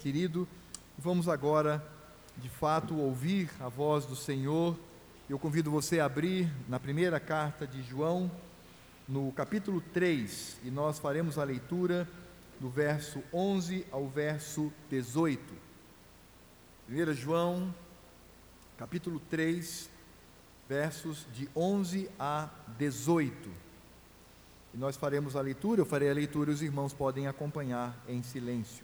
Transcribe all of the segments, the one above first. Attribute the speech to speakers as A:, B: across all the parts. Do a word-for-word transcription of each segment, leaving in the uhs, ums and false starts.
A: Querido, vamos agora, de fato, ouvir a voz do Senhor. Eu convido você a abrir na primeira carta de João, no capítulo três, e nós faremos a leitura do verso onze ao verso dezoito. primeira João, capítulo três, versos de onze a dezoito. E nós faremos a leitura, eu farei a leitura e os irmãos podem acompanhar em silêncio.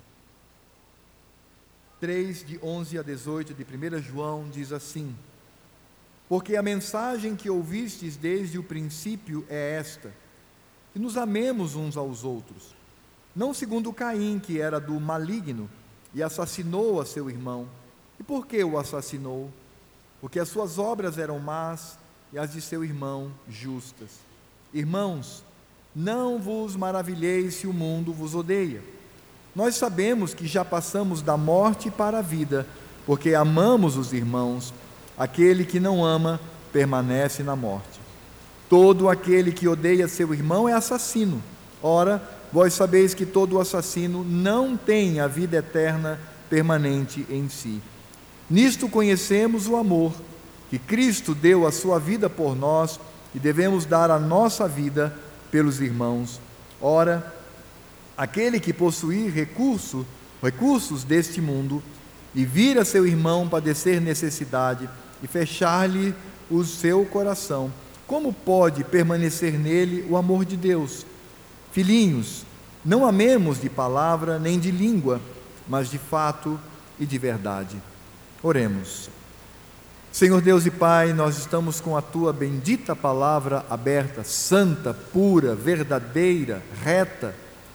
A: três, de onze a dezoito, de primeira João, diz assim: Porque a mensagem que ouvistes desde o princípio é esta, que nos amemos uns aos outros, não segundo Caim, que era do maligno, e assassinou a seu irmão. E por que o assassinou? Porque as suas obras eram más, e as de seu irmão justas. Irmãos, não vos maravilheis se o mundo vos odeia. Nós sabemos que já passamos da morte para a vida, porque amamos os irmãos. Aquele que não ama, permanece na morte. Todo aquele que odeia seu irmão é assassino. Ora, vós sabeis que todo assassino não tem a vida eterna permanente em si. Nisto conhecemos o amor, que Cristo deu a sua vida por nós, e devemos dar a nossa vida pelos irmãos. Ora, aquele que possuir recurso, recursos deste mundo, e vir a seu irmão padecer necessidade, e fechar-lhe o seu coração, como pode permanecer nele o amor de Deus? Filhinhos, não amemos de palavra nem de língua, mas de fato e de verdade. Oremos. Senhor Deus e Pai, nós estamos com a Tua bendita palavra aberta, santa, pura, verdadeira, reta,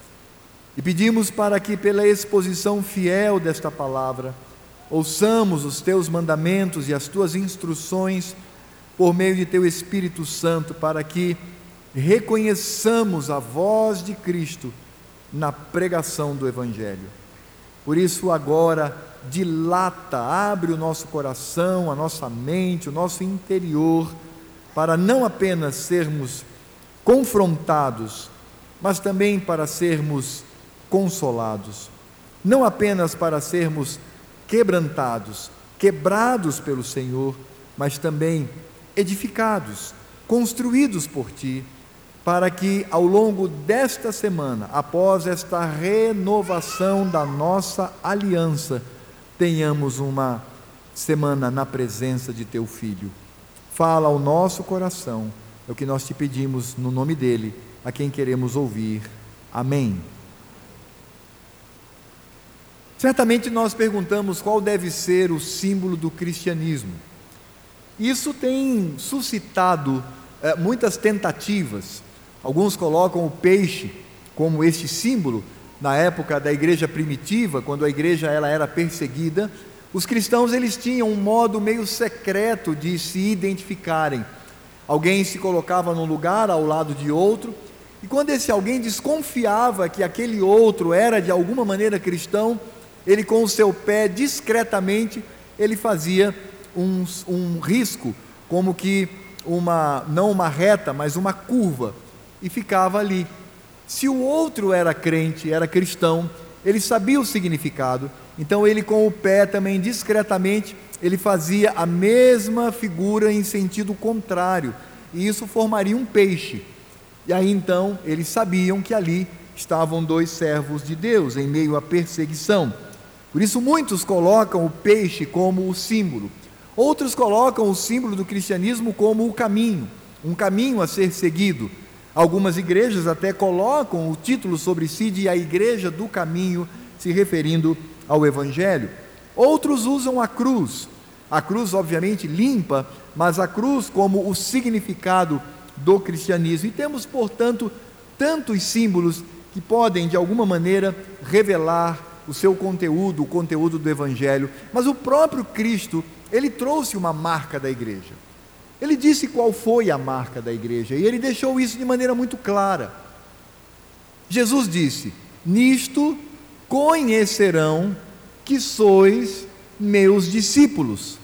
A: e pedimos para que pela exposição fiel desta palavra, ouçamos os Teus mandamentos e as Tuas instruções por meio de Teu Espírito Santo, para que reconheçamos a voz de Cristo na pregação do Evangelho. Por isso agora, dilata, abre o nosso coração, a nossa mente, o nosso interior, para não apenas sermos confrontados, mas também para sermos consolados, não apenas para sermos quebrantados, quebrados pelo Senhor, mas também edificados, construídos por Ti, para que ao longo desta semana, após esta renovação da nossa aliança, tenhamos uma semana na presença de Teu Filho. Fala ao nosso coração, é o que nós Te pedimos no nome dEle, a quem queremos ouvir. Amém. Certamente nós perguntamos qual deve ser o símbolo do cristianismo. Isso tem suscitado é, muitas tentativas. Alguns colocam o peixe como este símbolo. Na época da igreja primitiva, quando a igreja ela era perseguida, os cristãos eles tinham um modo meio secreto de se identificarem. Alguém se colocava num lugar ao lado de outro, e quando esse alguém desconfiava que aquele outro era de alguma maneira cristão, ele com o seu pé discretamente, ele fazia um, um risco, como que uma, não uma reta, mas uma curva, e ficava ali. Se o outro era crente, era cristão, ele sabia o significado, então ele com o pé também discretamente, ele fazia a mesma figura em sentido contrário, e isso formaria um peixe. E aí então eles sabiam que ali estavam dois servos de Deus em meio à perseguição. Por isso muitos colocam o peixe como o símbolo, outros colocam o símbolo do cristianismo como o caminho, um caminho a ser seguido. Algumas igrejas até colocam o título sobre si de a Igreja do Caminho, se referindo ao Evangelho. Outros usam a cruz, a cruz obviamente limpa, mas a cruz como o significado do cristianismo. E temos, portanto, tantos símbolos que podem de alguma maneira revelar o seu conteúdo, o conteúdo do Evangelho, mas o próprio Cristo, Ele trouxe uma marca da igreja. Ele disse qual foi a marca da igreja, e Ele deixou isso de maneira muito clara. Jesus disse: nisto conhecerão que sois meus discípulos,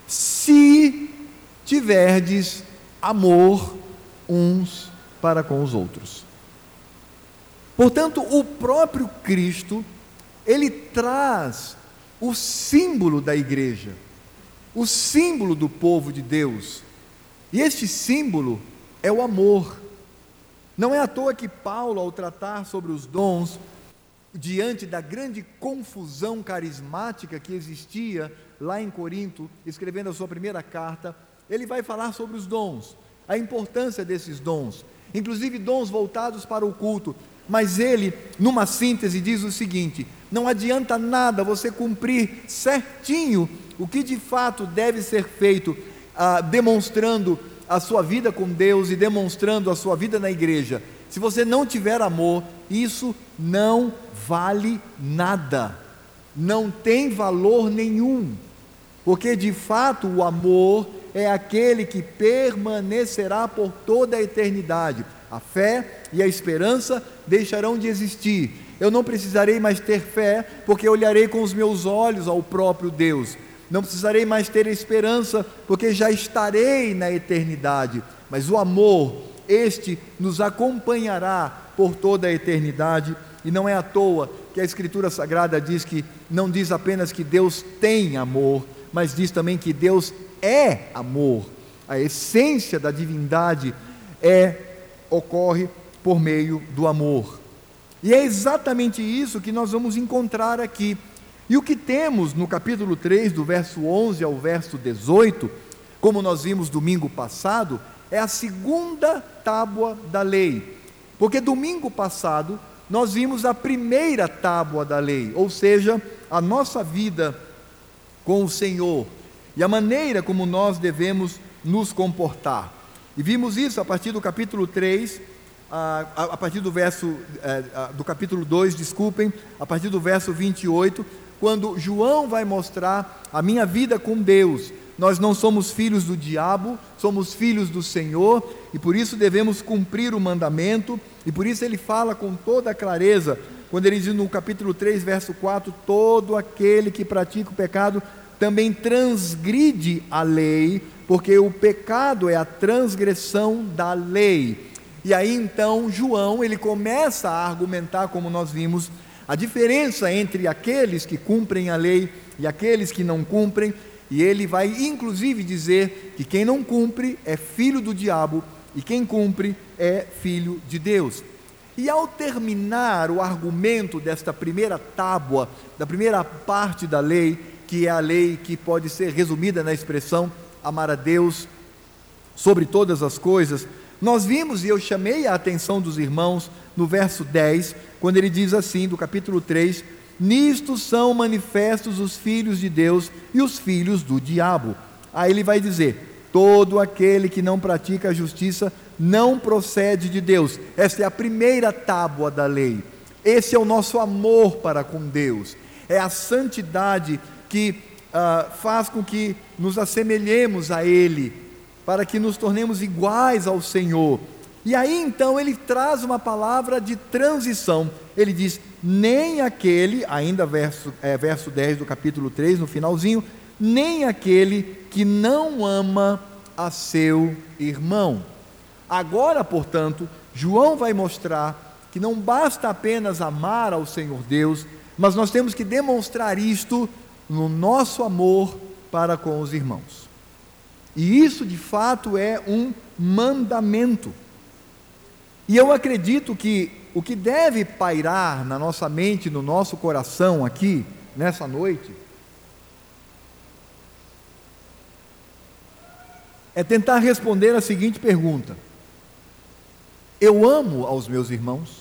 A: se tiverdes amor uns para com os outros. Portanto, o próprio Cristo, ele traz o símbolo da igreja, o símbolo do povo de Deus, e este símbolo é o amor. Não é à toa que Paulo, ao tratar sobre os dons, diante da grande confusão carismática que existia lá em Corinto, escrevendo a sua primeira carta, ele vai falar sobre os dons, a importância desses dons, inclusive dons voltados para o culto, mas ele, numa síntese, diz o seguinte: não adianta nada você cumprir certinho o que de fato deve ser feito, ah, demonstrando a sua vida com Deus e demonstrando a sua vida na igreja. Se você não tiver amor, isso não vale nada, não tem valor nenhum, porque de fato o amor é aquele que permanecerá por toda a eternidade. A fé e a esperança deixarão de existir. Eu não precisarei mais ter fé, porque olharei com os meus olhos ao próprio Deus. Não precisarei mais ter esperança, porque já estarei na eternidade. Mas o amor, este nos acompanhará por toda a eternidade. E não é à toa que a Escritura Sagrada diz que, não diz apenas que Deus tem amor, mas diz também que Deus é amor. A essência da divindade é, ocorre por meio do amor. E é exatamente isso que nós vamos encontrar aqui. E o que temos no capítulo três, do verso onze ao verso dezoito, como nós vimos domingo passado, é a segunda tábua da lei. Porque domingo passado nós vimos a primeira tábua da lei, ou seja, a nossa vida com o Senhor e a maneira como nós devemos nos comportar. E vimos isso a partir do capítulo três, a, a, a partir do verso, é, do capítulo dois, desculpem, a partir do verso vinte e oito, quando João vai mostrar a minha vida com Deus. Nós não somos filhos do diabo, somos filhos do Senhor, e por isso devemos cumprir o mandamento, e por isso ele fala com toda a clareza, quando ele diz no capítulo três, verso quatro, todo aquele que pratica o pecado também transgride a lei, porque o pecado é a transgressão da lei. E aí então João, ele começa a argumentar, como nós vimos, a diferença entre aqueles que cumprem a lei e aqueles que não cumprem, e ele vai inclusive dizer que quem não cumpre é filho do diabo e quem cumpre é filho de Deus. E ao terminar o argumento desta primeira tábua, da primeira parte da lei, que é a lei que pode ser resumida na expressão amar a Deus sobre todas as coisas, nós vimos, e eu chamei a atenção dos irmãos no verso dez, quando ele diz assim, do capítulo três, nisto são manifestos os filhos de Deus e os filhos do diabo. Aí ele vai dizer, todo aquele que não pratica a justiça não procede de Deus. Esta é a primeira tábua da lei. Esse é o nosso amor para com Deus, é a santidade que uh, faz com que nos assemelhemos a Ele, para que nos tornemos iguais ao Senhor. E aí então ele traz uma palavra de transição. Ele diz, nem aquele, ainda verso, é, verso dez do capítulo três, no finalzinho, nem aquele que não ama a seu irmão. Agora, portanto, João vai mostrar que não basta apenas amar ao Senhor Deus, mas nós temos que demonstrar isto no nosso amor para com os irmãos. E isso de fato é um mandamento. E eu acredito que o que deve pairar na nossa mente, no nosso coração aqui, nessa noite, é tentar responder a seguinte pergunta: eu amo aos meus irmãos?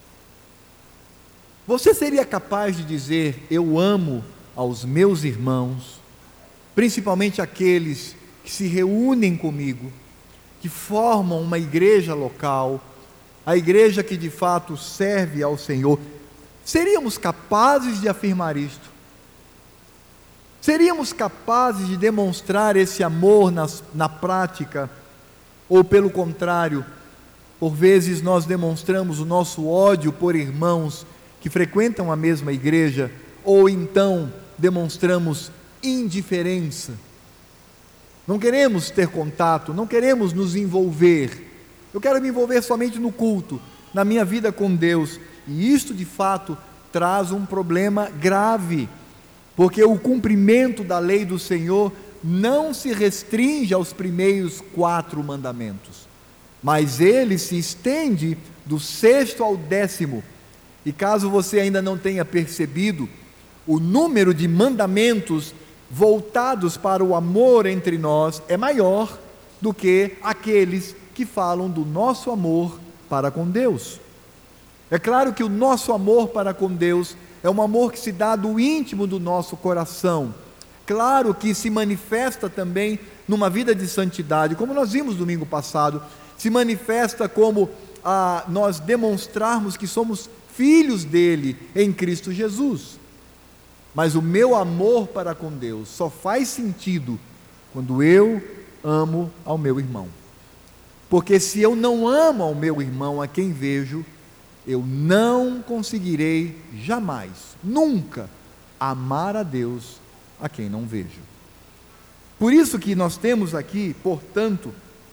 A: Você seria capaz de dizer, eu amo aos meus irmãos, principalmente aqueles que se reúnem comigo, que formam uma igreja local, a igreja que de fato serve ao Senhor? Seríamos capazes de afirmar isto? Seríamos capazes de demonstrar esse amor nas, na prática? Ou pelo contrário, por vezes nós demonstramos o nosso ódio por irmãos que frequentam a mesma igreja, ou então demonstramos indiferença? Não queremos ter contato, não queremos nos envolver. Eu quero me envolver somente no culto, na minha vida com Deus. E isto de fato traz um problema grave, porque o cumprimento da lei do Senhor não se restringe aos primeiros quatro mandamentos, mas ele se estende do sexto ao décimo. E caso você ainda não tenha percebido, o número de mandamentos voltados para o amor entre nós é maior do que aqueles que falam do nosso amor para com Deus. É claro que o nosso amor para com Deus é um amor que se dá do íntimo do nosso coração. Claro que se manifesta também numa vida de santidade, como nós vimos domingo passado, se manifesta como ah, nós demonstrarmos que somos filhos dele em Cristo Jesus. Mas o meu amor para com Deus só faz sentido quando eu amo ao meu irmão. Porque se eu não amo ao meu irmão, a quem vejo, eu não conseguirei jamais, nunca, amar a Deus a quem não vejo. Por isso que nós temos aqui, portanto,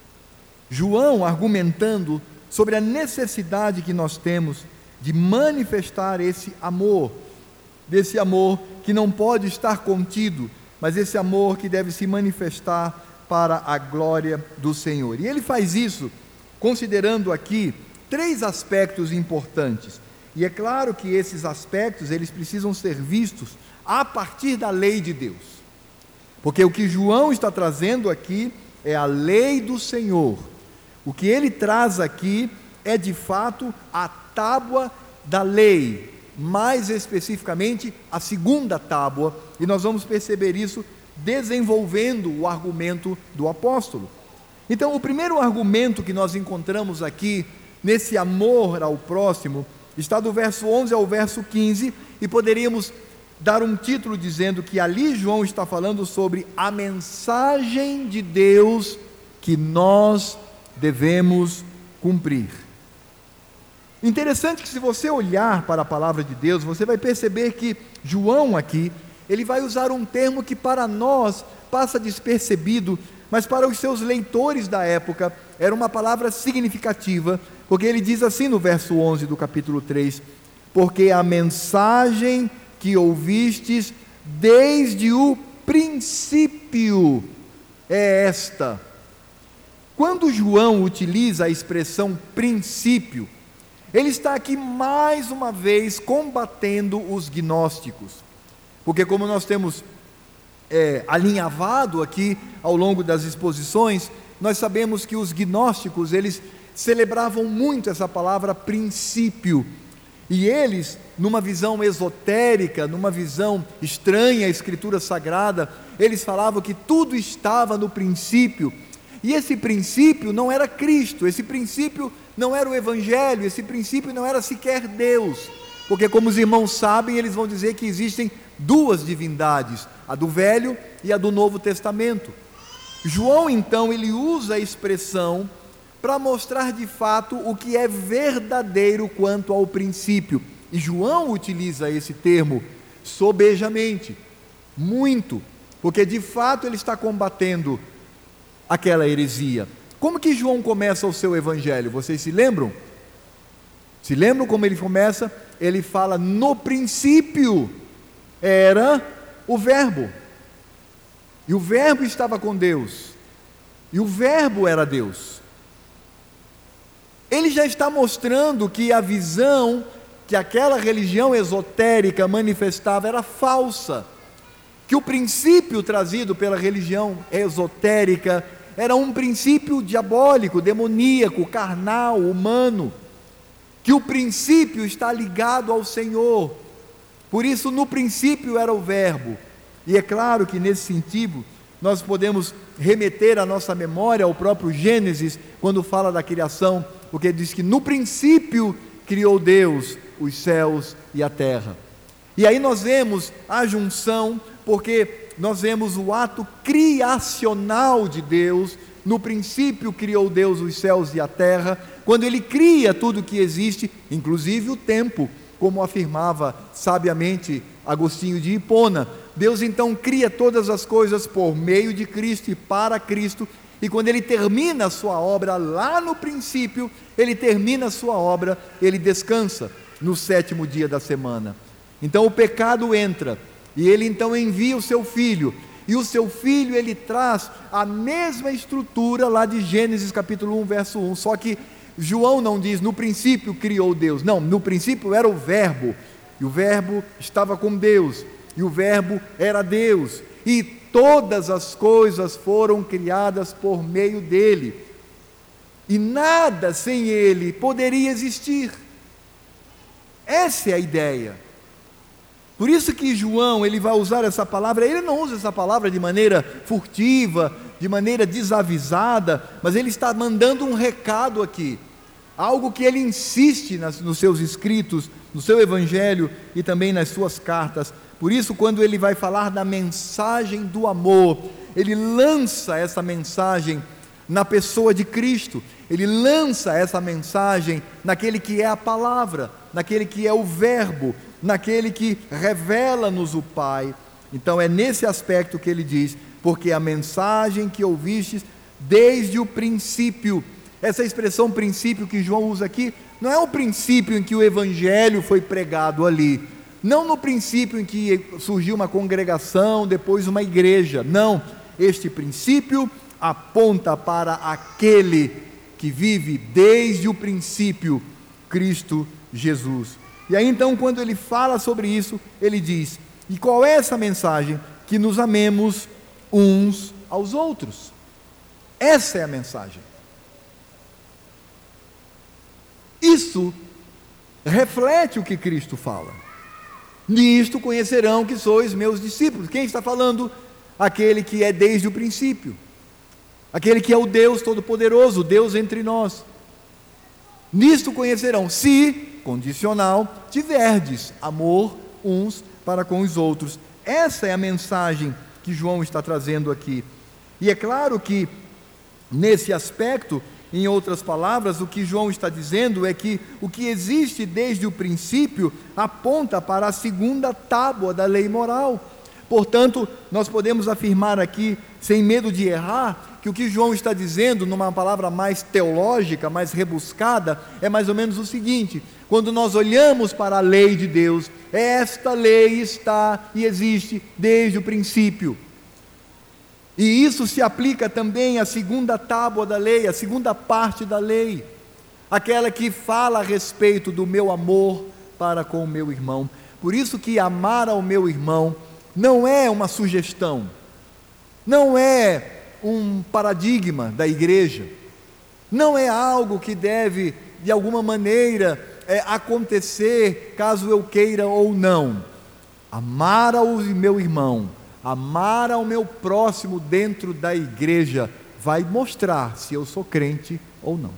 A: João argumentando sobre a necessidade que nós temos de manifestar esse amor, desse amor que não pode estar contido, mas esse amor que deve se manifestar para a glória do Senhor. E ele faz isso considerando aqui três aspectos importantes. E é claro que esses aspectos, eles precisam ser vistos a partir da lei de Deus. Porque o que João está trazendo aqui é a lei do Senhor. O que ele traz aqui é de fato a tábua da lei, mais especificamente a segunda tábua, e nós vamos perceber isso desenvolvendo o argumento do apóstolo. Então, o primeiro argumento que nós encontramos aqui, nesse amor ao próximo, está do verso onze ao verso quinze, e poderíamos dar um título dizendo que ali João está falando sobre a mensagem de Deus que nós devemos cumprir. Interessante que, se você olhar para a palavra de Deus, você vai perceber que João aqui, ele vai usar um termo que para nós passa despercebido, mas para os seus leitores da época era uma palavra significativa, porque ele diz assim no verso onze do capítulo três: porque a mensagem que ouvistes desde o princípio é esta. Quando João utiliza a expressão princípio, ele está aqui mais uma vez combatendo os gnósticos, porque como nós temos é, alinhavado aqui ao longo das exposições, nós sabemos que os gnósticos, eles celebravam muito essa palavra princípio, e eles, numa visão esotérica, numa visão estranha à Escritura Sagrada, eles falavam que tudo estava no princípio, e esse princípio não era Cristo, esse princípio não era o Evangelho, esse princípio não era sequer Deus, porque como os irmãos sabem, eles vão dizer que existem duas divindades, a do Velho e a do Novo Testamento. João então, ele usa a expressão para mostrar de fato o que é verdadeiro quanto ao princípio, e João utiliza esse termo sobejamente, muito, porque de fato ele está combatendo aquela heresia. Como que João começa o seu evangelho? Vocês se lembram? Se lembram como ele começa? Ele fala: no princípio era o verbo, e o verbo estava com Deus, e o verbo era Deus. Ele já está mostrando que a visão que aquela religião esotérica manifestava era falsa, que o princípio trazido pela religião esotérica era um princípio diabólico, demoníaco, carnal, humano, que o princípio está ligado ao Senhor. Por isso, no princípio era o verbo. E é claro que nesse sentido nós podemos remeter a nossa memória ao próprio Gênesis, quando fala da criação, porque diz que no princípio criou Deus os céus e a terra. E aí nós vemos a junção, porque nós vemos o ato criacional de Deus. No princípio criou Deus os céus e a terra, quando Ele cria tudo que existe, inclusive o tempo, como afirmava sabiamente Agostinho de Hipona. Deus então cria todas as coisas por meio de Cristo e para Cristo, e quando Ele termina a sua obra lá no princípio, Ele termina a sua obra, Ele descansa no sétimo dia da semana. Então o pecado entra, e ele então envia o seu filho, e o seu filho ele traz a mesma estrutura lá de Gênesis capítulo um, verso um, só que João não diz, no princípio criou Deus, não, no princípio era o verbo, e o verbo estava com Deus, e o verbo era Deus, e todas as coisas foram criadas por meio dele, e nada sem ele poderia existir. Essa é a ideia. Por isso que João, ele vai usar essa palavra, ele não usa essa palavra de maneira furtiva, de maneira desavisada, mas ele está mandando um recado aqui, algo que ele insiste nas, nos seus escritos, no seu evangelho e também nas suas cartas. Por isso, quando ele vai falar da mensagem do amor, ele lança essa mensagem na pessoa de Cristo, ele lança essa mensagem naquele que é a palavra, naquele que é o verbo, naquele que revela-nos o Pai. Então é nesse aspecto que ele diz, porque a mensagem que ouvistes desde o princípio, essa expressão princípio que João usa aqui, não é o princípio em que o evangelho foi pregado ali, não no princípio em que surgiu uma congregação, depois uma igreja, não, este princípio aponta para aquele que vive desde o princípio, Cristo Jesus. E aí então, quando ele fala sobre isso, ele diz, e qual é essa mensagem? Que nos amemos uns aos outros. Essa é a mensagem. Isso reflete o que Cristo fala. Nisto conhecerão que sois meus discípulos. Quem está falando? Aquele que é desde o princípio, aquele que é o Deus Todo-Poderoso, Deus entre nós. Nisto conhecerão, se, condicional, tiverdes amor uns para com os outros. Essa é a mensagem que João está trazendo aqui. E é claro que, nesse aspecto, em outras palavras, o que João está dizendo é que o que existe desde o princípio aponta para a segunda tábua da lei moral. Portanto, nós podemos afirmar aqui, sem medo de errar, que o que João está dizendo, numa palavra mais teológica, mais rebuscada, é mais ou menos o seguinte: quando nós olhamos para a lei de Deus, esta lei está e existe desde o princípio. E isso se aplica também à segunda tábua da lei, à segunda parte da lei, aquela que fala a respeito do meu amor para com o meu irmão. Por isso que amar ao meu irmão não é uma sugestão, não é um paradigma da igreja, não é algo que deve, de alguma maneira, é, acontecer caso eu queira ou não. Amar ao meu irmão, amar ao meu próximo dentro da igreja, vai mostrar se eu sou crente ou não,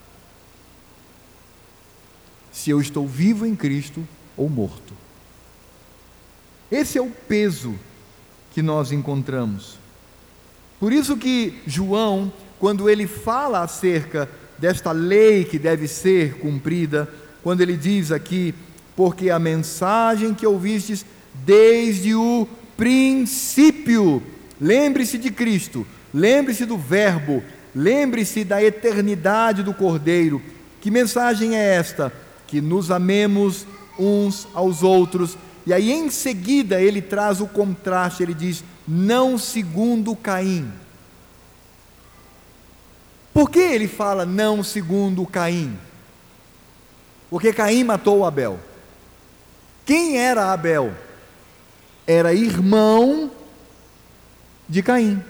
A: se eu estou vivo em Cristo ou morto. Esse é o peso que nós encontramos. Por isso que João, quando ele fala acerca desta lei que deve ser cumprida, quando ele diz aqui, porque a mensagem que ouvistes desde o princípio, lembre-se de Cristo, lembre-se do verbo, lembre-se da eternidade do Cordeiro. Que mensagem é esta? Que nos amemos uns aos outros. E aí em seguida ele traz o contraste, ele diz, não segundo Caim. Por que ele fala não segundo Caim? Porque Caim matou Abel. Quem era Abel? Era irmão de Caim.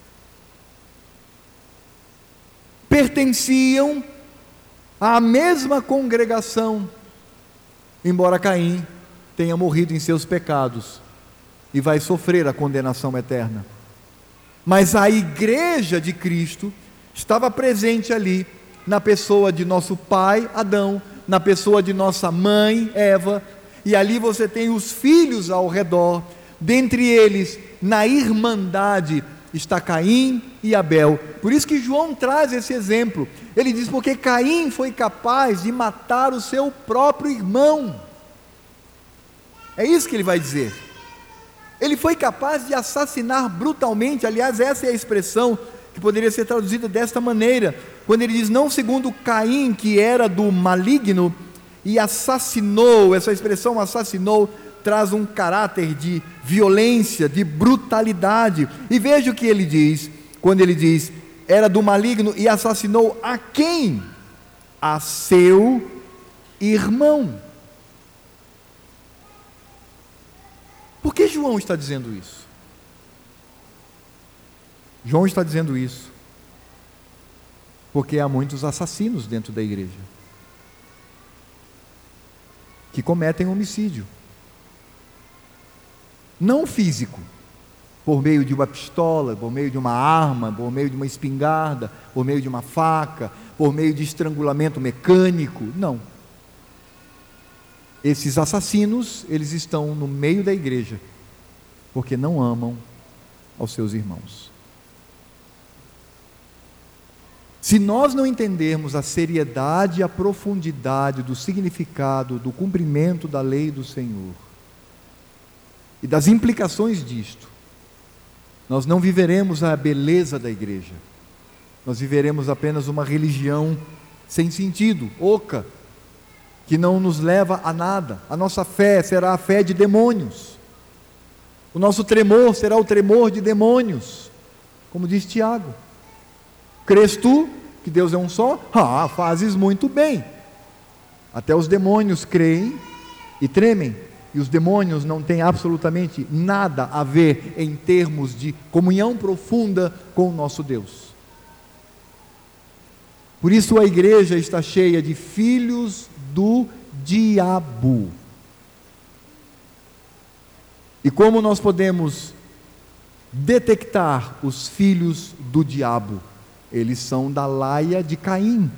A: Pertenciam à mesma congregação, embora Caim tenha morrido em seus pecados e vai sofrer a condenação eterna. Mas a igreja de Cristo estava presente ali, na pessoa de nosso pai Adão, na pessoa de nossa mãe Eva, e ali você tem os filhos ao redor, dentre eles, na irmandade, está Caim e Abel. Por isso que João traz esse exemplo. Ele diz, porque Caim foi capaz de matar o seu próprio irmão. É isso que ele vai dizer. Ele foi capaz de assassinar brutalmente. Aliás, essa é a expressão que poderia ser traduzida desta maneira, quando ele diz, não segundo Caim, que era do maligno, e assassinou, essa expressão assassinou, traz um caráter de violência, de brutalidade. E veja o que ele diz, quando ele diz, era do maligno e assassinou a quem? A seu irmão. Por que João está dizendo isso? João está dizendo isso porque há muitos assassinos dentro da igreja que cometem homicídio, não físico, por meio de uma pistola, por meio de uma arma, por meio de uma espingarda, por meio de uma faca, por meio de estrangulamento mecânico, não. Esses assassinos, eles estão no meio da igreja, porque não amam aos seus irmãos. Se nós não entendermos a seriedade e a profundidade do significado do cumprimento da lei do Senhor e das implicações disto, nós não viveremos a beleza da igreja, nós viveremos apenas uma religião sem sentido, oca, que não nos leva a nada. A nossa fé será a fé de demônios, o nosso tremor será o tremor de demônios, como diz Tiago. Crês tu que Deus é um só? Ah, fazes muito bem. Até os demônios creem e tremem, e os demônios não têm absolutamente nada a ver em termos de comunhão profunda com o nosso Deus. Por isso a igreja está cheia de filhos do diabo. E como nós podemos detectar os filhos do diabo? Eles são da laia de Caim.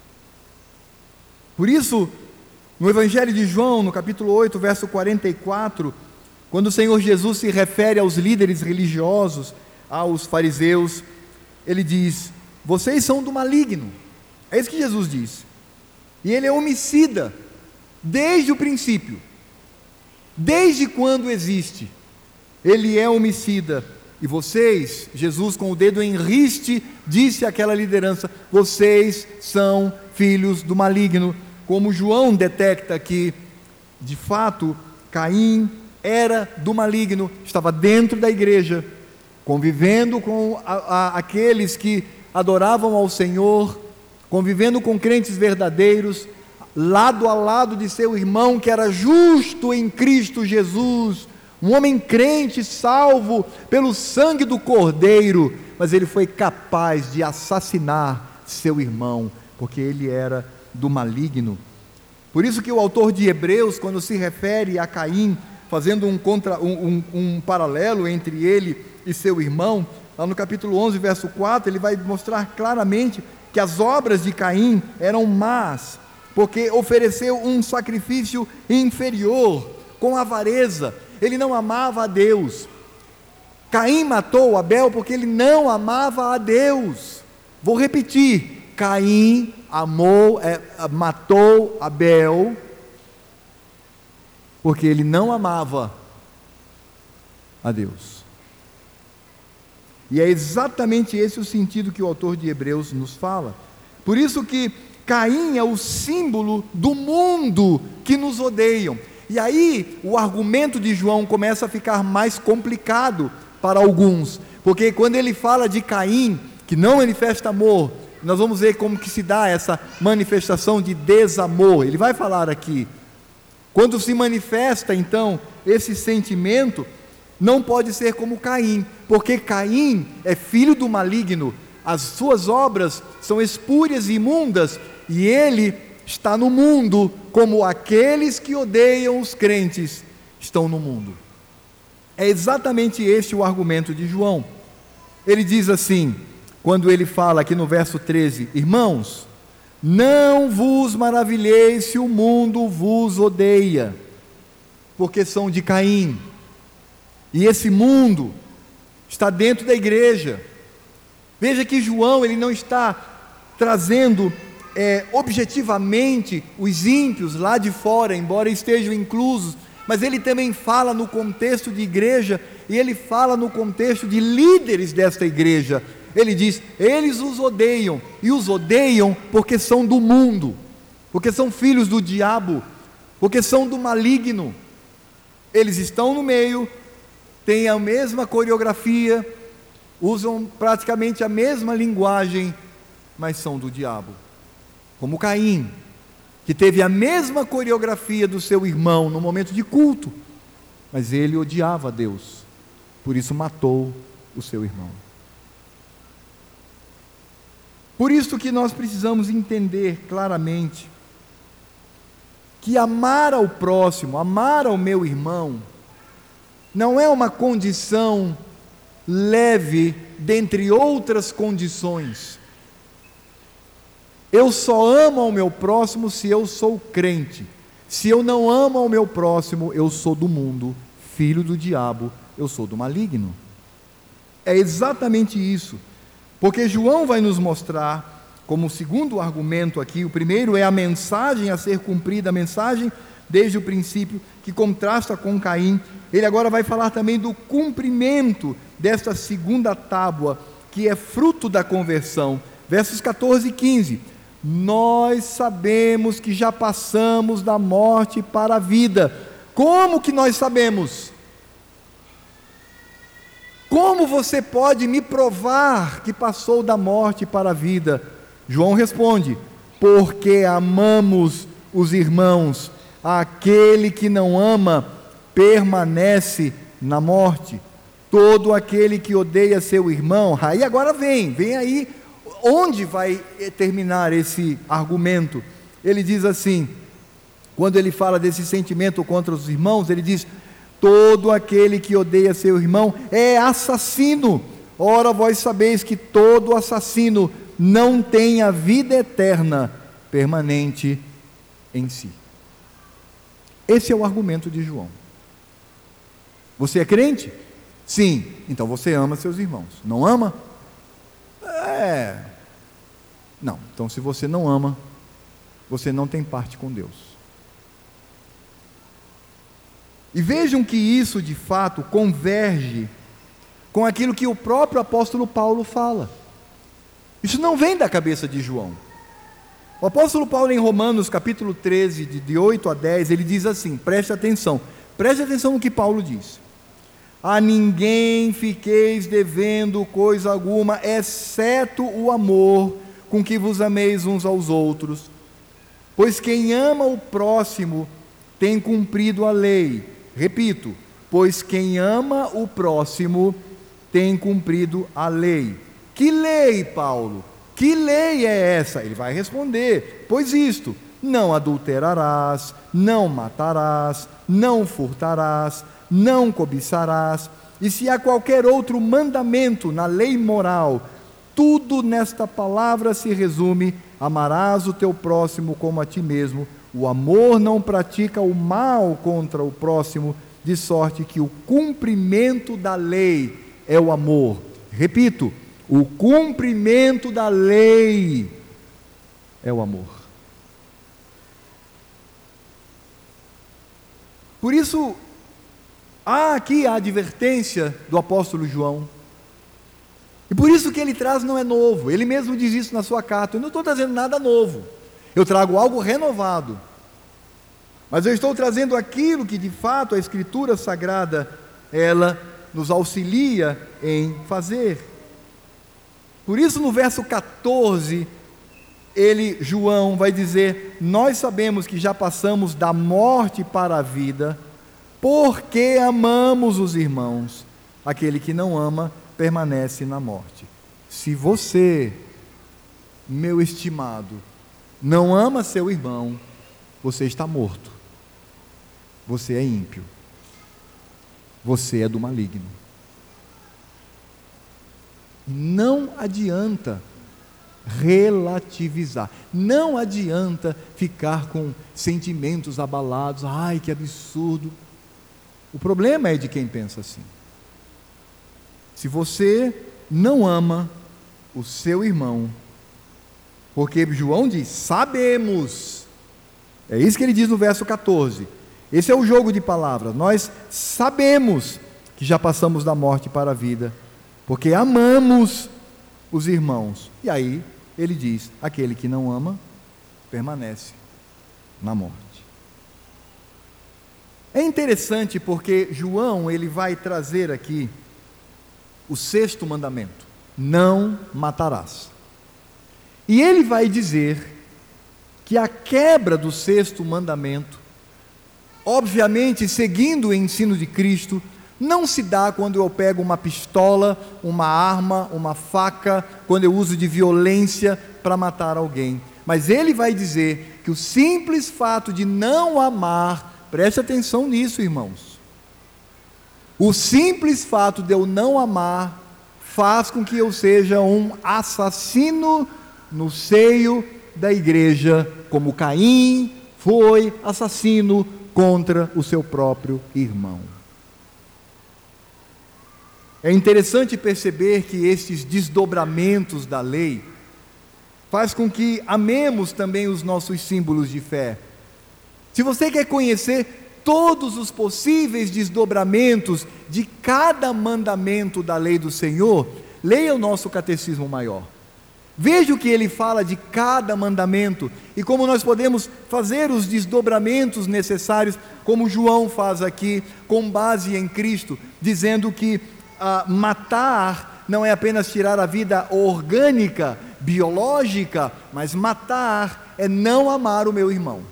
A: Por isso, no Evangelho de João, no capítulo oito, verso quarenta e quatro, quando o Senhor Jesus se refere aos líderes religiosos, aos fariseus, ele diz: vocês são do maligno. É isso que Jesus diz. E ele é homicida desde o princípio. Desde quando existe, ele é homicida. E vocês, Jesus com o dedo em riste, disse àquela liderança: vocês são filhos do maligno. Como João detecta que, de fato, Caim era do maligno, estava dentro da igreja, convivendo com a, a, aqueles que adoravam ao Senhor, convivendo com crentes verdadeiros, lado a lado de seu irmão que era justo em Cristo Jesus, um homem crente, salvo pelo sangue do Cordeiro, mas ele foi capaz de assassinar seu irmão, porque ele era do maligno. Por isso que o autor de Hebreus, quando se refere a Caim, fazendo um, contra, um, um, um paralelo entre ele e seu irmão, lá no capítulo onze, verso quatro, ele vai mostrar claramente que as obras de Caim eram más, porque ofereceu um sacrifício inferior, com avareza. Ele não amava a Deus. Caim matou Abel porque ele não amava a Deus. Vou repetir: Caim amou, é, matou Abel porque ele não amava a Deus. E é exatamente esse o sentido que o autor de Hebreus nos fala. Por isso que Caim é o símbolo do mundo que nos odeiam. E aí o argumento de João começa a ficar mais complicado para alguns, porque quando ele fala de Caim, que não manifesta amor, nós vamos ver como que se dá essa manifestação de desamor. Ele vai falar aqui, quando se manifesta então esse sentimento, não pode ser como Caim, porque Caim é filho do maligno, as suas obras são espúrias e imundas, e ele está no mundo, como aqueles que odeiam os crentes estão no mundo. É exatamente este o argumento de João. Ele diz assim, quando ele fala aqui no verso treze: irmãos, não vos maravilheis se o mundo vos odeia, porque são de Caim, e esse mundo está dentro da igreja. Veja que João, ele não está trazendo É, objetivamente os ímpios lá de fora, embora estejam inclusos, mas ele também fala no contexto de igreja, e ele fala no contexto de líderes desta igreja. Ele diz: eles os odeiam, e os odeiam porque são do mundo, porque são filhos do diabo, porque são do maligno. Eles estão no meio, têm a mesma coreografia, usam praticamente a mesma linguagem, mas são do diabo. Como Caim, que teve a mesma coreografia do seu irmão no momento de culto, mas ele odiava a Deus, por isso matou o seu irmão. Por isso que nós precisamos entender claramente que amar ao próximo, amar ao meu irmão, não é uma condição leve dentre outras condições. Eu só amo ao meu próximo se eu sou crente. Se eu não amo ao meu próximo, eu sou do mundo, filho do diabo, eu sou do maligno. É exatamente isso, porque João vai nos mostrar, como segundo argumento aqui, o primeiro é a mensagem a ser cumprida, a mensagem desde o princípio, que contrasta com Caim. Ele agora vai falar também do cumprimento desta segunda tábua, que é fruto da conversão. Versos catorze e quinze. Nós sabemos que já passamos da morte para a vida. Como que nós sabemos? Como você pode me provar que passou da morte para a vida? João responde: porque amamos os irmãos. Aquele que não ama permanece na morte. Todo aquele que odeia seu irmão. Aí agora vem, vem aí onde vai terminar esse argumento. Ele diz assim, quando ele fala desse sentimento contra os irmãos, ele diz: todo aquele que odeia seu irmão é assassino. Ora, vós sabeis que todo assassino não tem a vida eterna permanente em si. Esse é o argumento de João. Você é crente? Sim. Então você ama seus irmãos. Não ama? É. Não. Então, se você não ama, você não tem parte com Deus. E vejam que isso de fato converge com aquilo que o próprio apóstolo Paulo fala. Isso não vem da cabeça de João. O apóstolo Paulo, em Romanos capítulo treze, de, de oito a dez, ele diz assim, preste atenção, preste atenção no que Paulo diz: a ninguém fiqueis devendo coisa alguma, exceto o amor com que vos ameis uns aos outros, pois quem ama o próximo tem cumprido a lei. Repito, pois quem ama o próximo tem cumprido a lei. Que lei, Paulo? Que lei é essa? Ele vai responder: pois isto, não adulterarás, não matarás, não furtarás, não cobiçarás. E se há qualquer outro mandamento na lei moral, tudo nesta palavra se resume: amarás o teu próximo como a ti mesmo. O amor não pratica o mal contra o próximo, de sorte que o cumprimento da lei é o amor. Repito, o cumprimento da lei é o amor. Por isso, há aqui a advertência do apóstolo João, e por isso que ele traz não é novo. Ele mesmo diz isso na sua carta: eu não estou trazendo nada novo, eu trago algo renovado, mas eu estou trazendo aquilo que de fato a Escritura Sagrada, ela nos auxilia em fazer. Por isso no verso catorze, ele, João, vai dizer: nós sabemos que já passamos da morte para a vida, porque amamos os irmãos. Aquele que não ama permanece na morte. Se você, meu estimado, não ama seu irmão, você está morto, você é ímpio, você é do maligno. Não adianta relativizar, não adianta ficar com sentimentos abalados. Ai, que absurdo. O problema é de quem pensa assim. Se você não ama o seu irmão, porque João diz: sabemos, é isso que ele diz no verso catorze, esse é o jogo de palavras, nós sabemos que já passamos da morte para a vida, porque amamos os irmãos. E aí ele diz: aquele que não ama permanece na morte. É interessante porque João ele vai trazer aqui o sexto mandamento: não matarás. E ele vai dizer que a quebra do sexto mandamento, obviamente seguindo o ensino de Cristo, não se dá quando eu pego uma pistola, uma arma, uma faca, quando eu uso de violência para matar alguém. Mas ele vai dizer que o simples fato de não amar, preste atenção nisso, irmãos, o simples fato de eu não amar faz com que eu seja um assassino no seio da igreja, como Caim foi assassino contra o seu próprio irmão. É interessante perceber que estes desdobramentos da lei faz com que amemos também os nossos símbolos de fé. Se você quer conhecer todos os possíveis desdobramentos de cada mandamento da lei do Senhor, leia o nosso Catecismo Maior. Veja o que ele fala de cada mandamento e como nós podemos fazer os desdobramentos necessários, como João faz aqui, com base em Cristo, dizendo que ah, matar não é apenas tirar a vida orgânica, biológica, mas matar é não amar o meu irmão.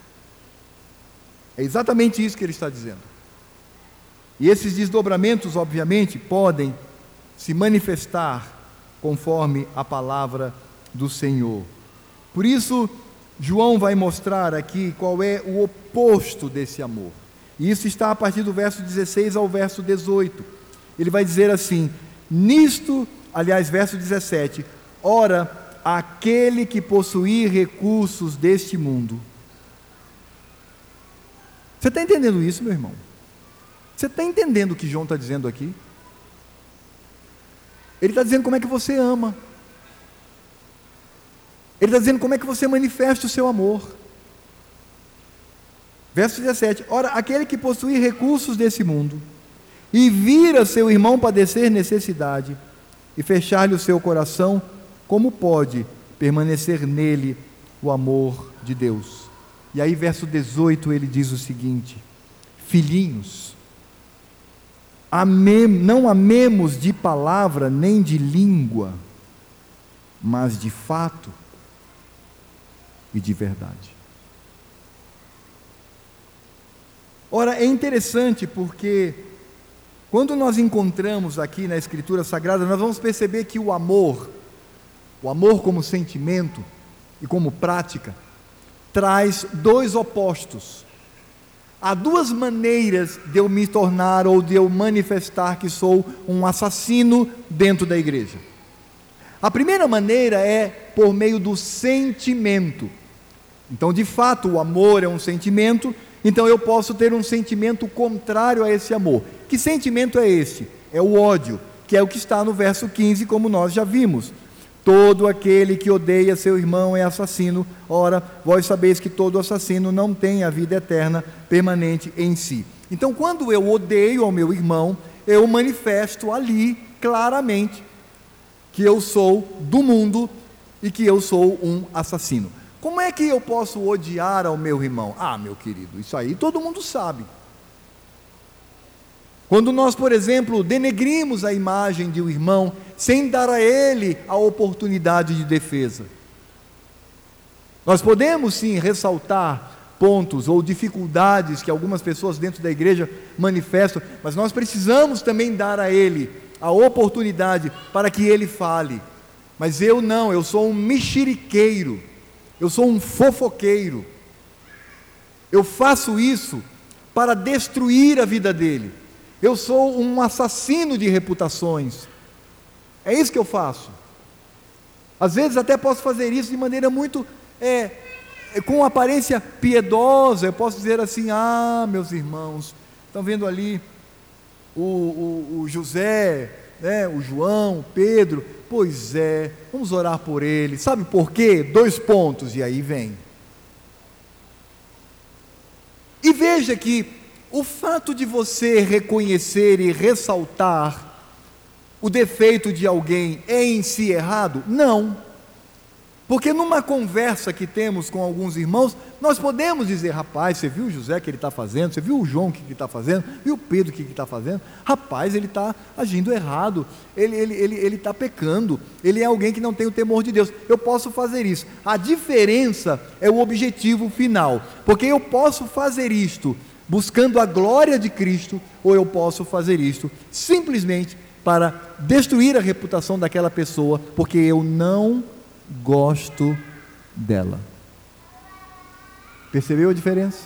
A: É exatamente isso que ele está dizendo. E esses desdobramentos, obviamente, podem se manifestar conforme a palavra do Senhor. Por isso, João vai mostrar aqui qual é o oposto desse amor. E isso está a partir do verso dezesseis ao verso dezoito. Ele vai dizer assim: nisto, aliás, verso dezessete, ora, aquele que possuir recursos deste mundo. Você está entendendo isso, meu irmão? Você está entendendo o que João está dizendo aqui? Ele está dizendo como é que você ama. Ele está dizendo como é que você manifesta o seu amor. Verso dezessete, ora, aquele que possui recursos desse mundo, e vira seu irmão padecer necessidade, e fechar-lhe o seu coração, como pode permanecer nele o amor de Deus? E aí verso dezoito ele diz o seguinte: filhinhos, Amem, não amemos de palavra nem de língua, mas de fato e de verdade. Ora, é interessante porque quando nós encontramos aqui na Escritura Sagrada, nós vamos perceber que o amor, o amor como sentimento e como prática, traz dois opostos. Há duas maneiras de eu me tornar ou de eu manifestar que sou um assassino dentro da igreja. A primeira maneira é por meio do sentimento. Então, de fato, o amor é um sentimento, então eu posso ter um sentimento contrário a esse amor. Que sentimento é esse? É o ódio, que é o que está no verso quinze, como nós já vimos. Todo aquele que odeia seu irmão é assassino. Ora, vós sabeis que todo assassino não tem a vida eterna permanente em si. Então, quando eu odeio ao meu irmão, eu manifesto ali claramente que eu sou do mundo e que eu sou um assassino. Como é que eu posso odiar ao meu irmão? Ah, meu querido, isso aí todo mundo sabe. Quando nós, por exemplo, denegrimos a imagem de um irmão, sem dar a ele a oportunidade de defesa. Nós podemos sim ressaltar pontos ou dificuldades que algumas pessoas dentro da igreja manifestam, mas nós precisamos também dar a ele a oportunidade para que ele fale. Mas eu não, eu sou um mexeriqueiro, eu sou um fofoqueiro. Eu faço isso para destruir a vida dele. Eu sou um assassino de reputações. É isso que eu faço. Às vezes até posso fazer isso de maneira muito, é, com aparência piedosa. Eu posso dizer assim: ah, meus irmãos, estão vendo ali o, o, o José, né, o João, o Pedro? Pois é, vamos orar por ele. Sabe por quê? Dois pontos, e aí vem. E veja que o fato de você reconhecer e ressaltar o defeito de alguém é em si errado? Não. Porque numa conversa que temos com alguns irmãos, nós podemos dizer: rapaz, você viu o José que ele está fazendo? Você viu o João o que ele está fazendo? Viu o Pedro o que ele está fazendo? Rapaz, ele está agindo errado, ele está ele, ele, ele tá pecando, ele é alguém que não tem o temor de Deus. Eu posso fazer isso. A diferença é o objetivo final, porque eu posso fazer isto buscando a glória de Cristo, ou eu posso fazer isto simplesmente para destruir a reputação daquela pessoa, porque eu não gosto dela. Percebeu a diferença?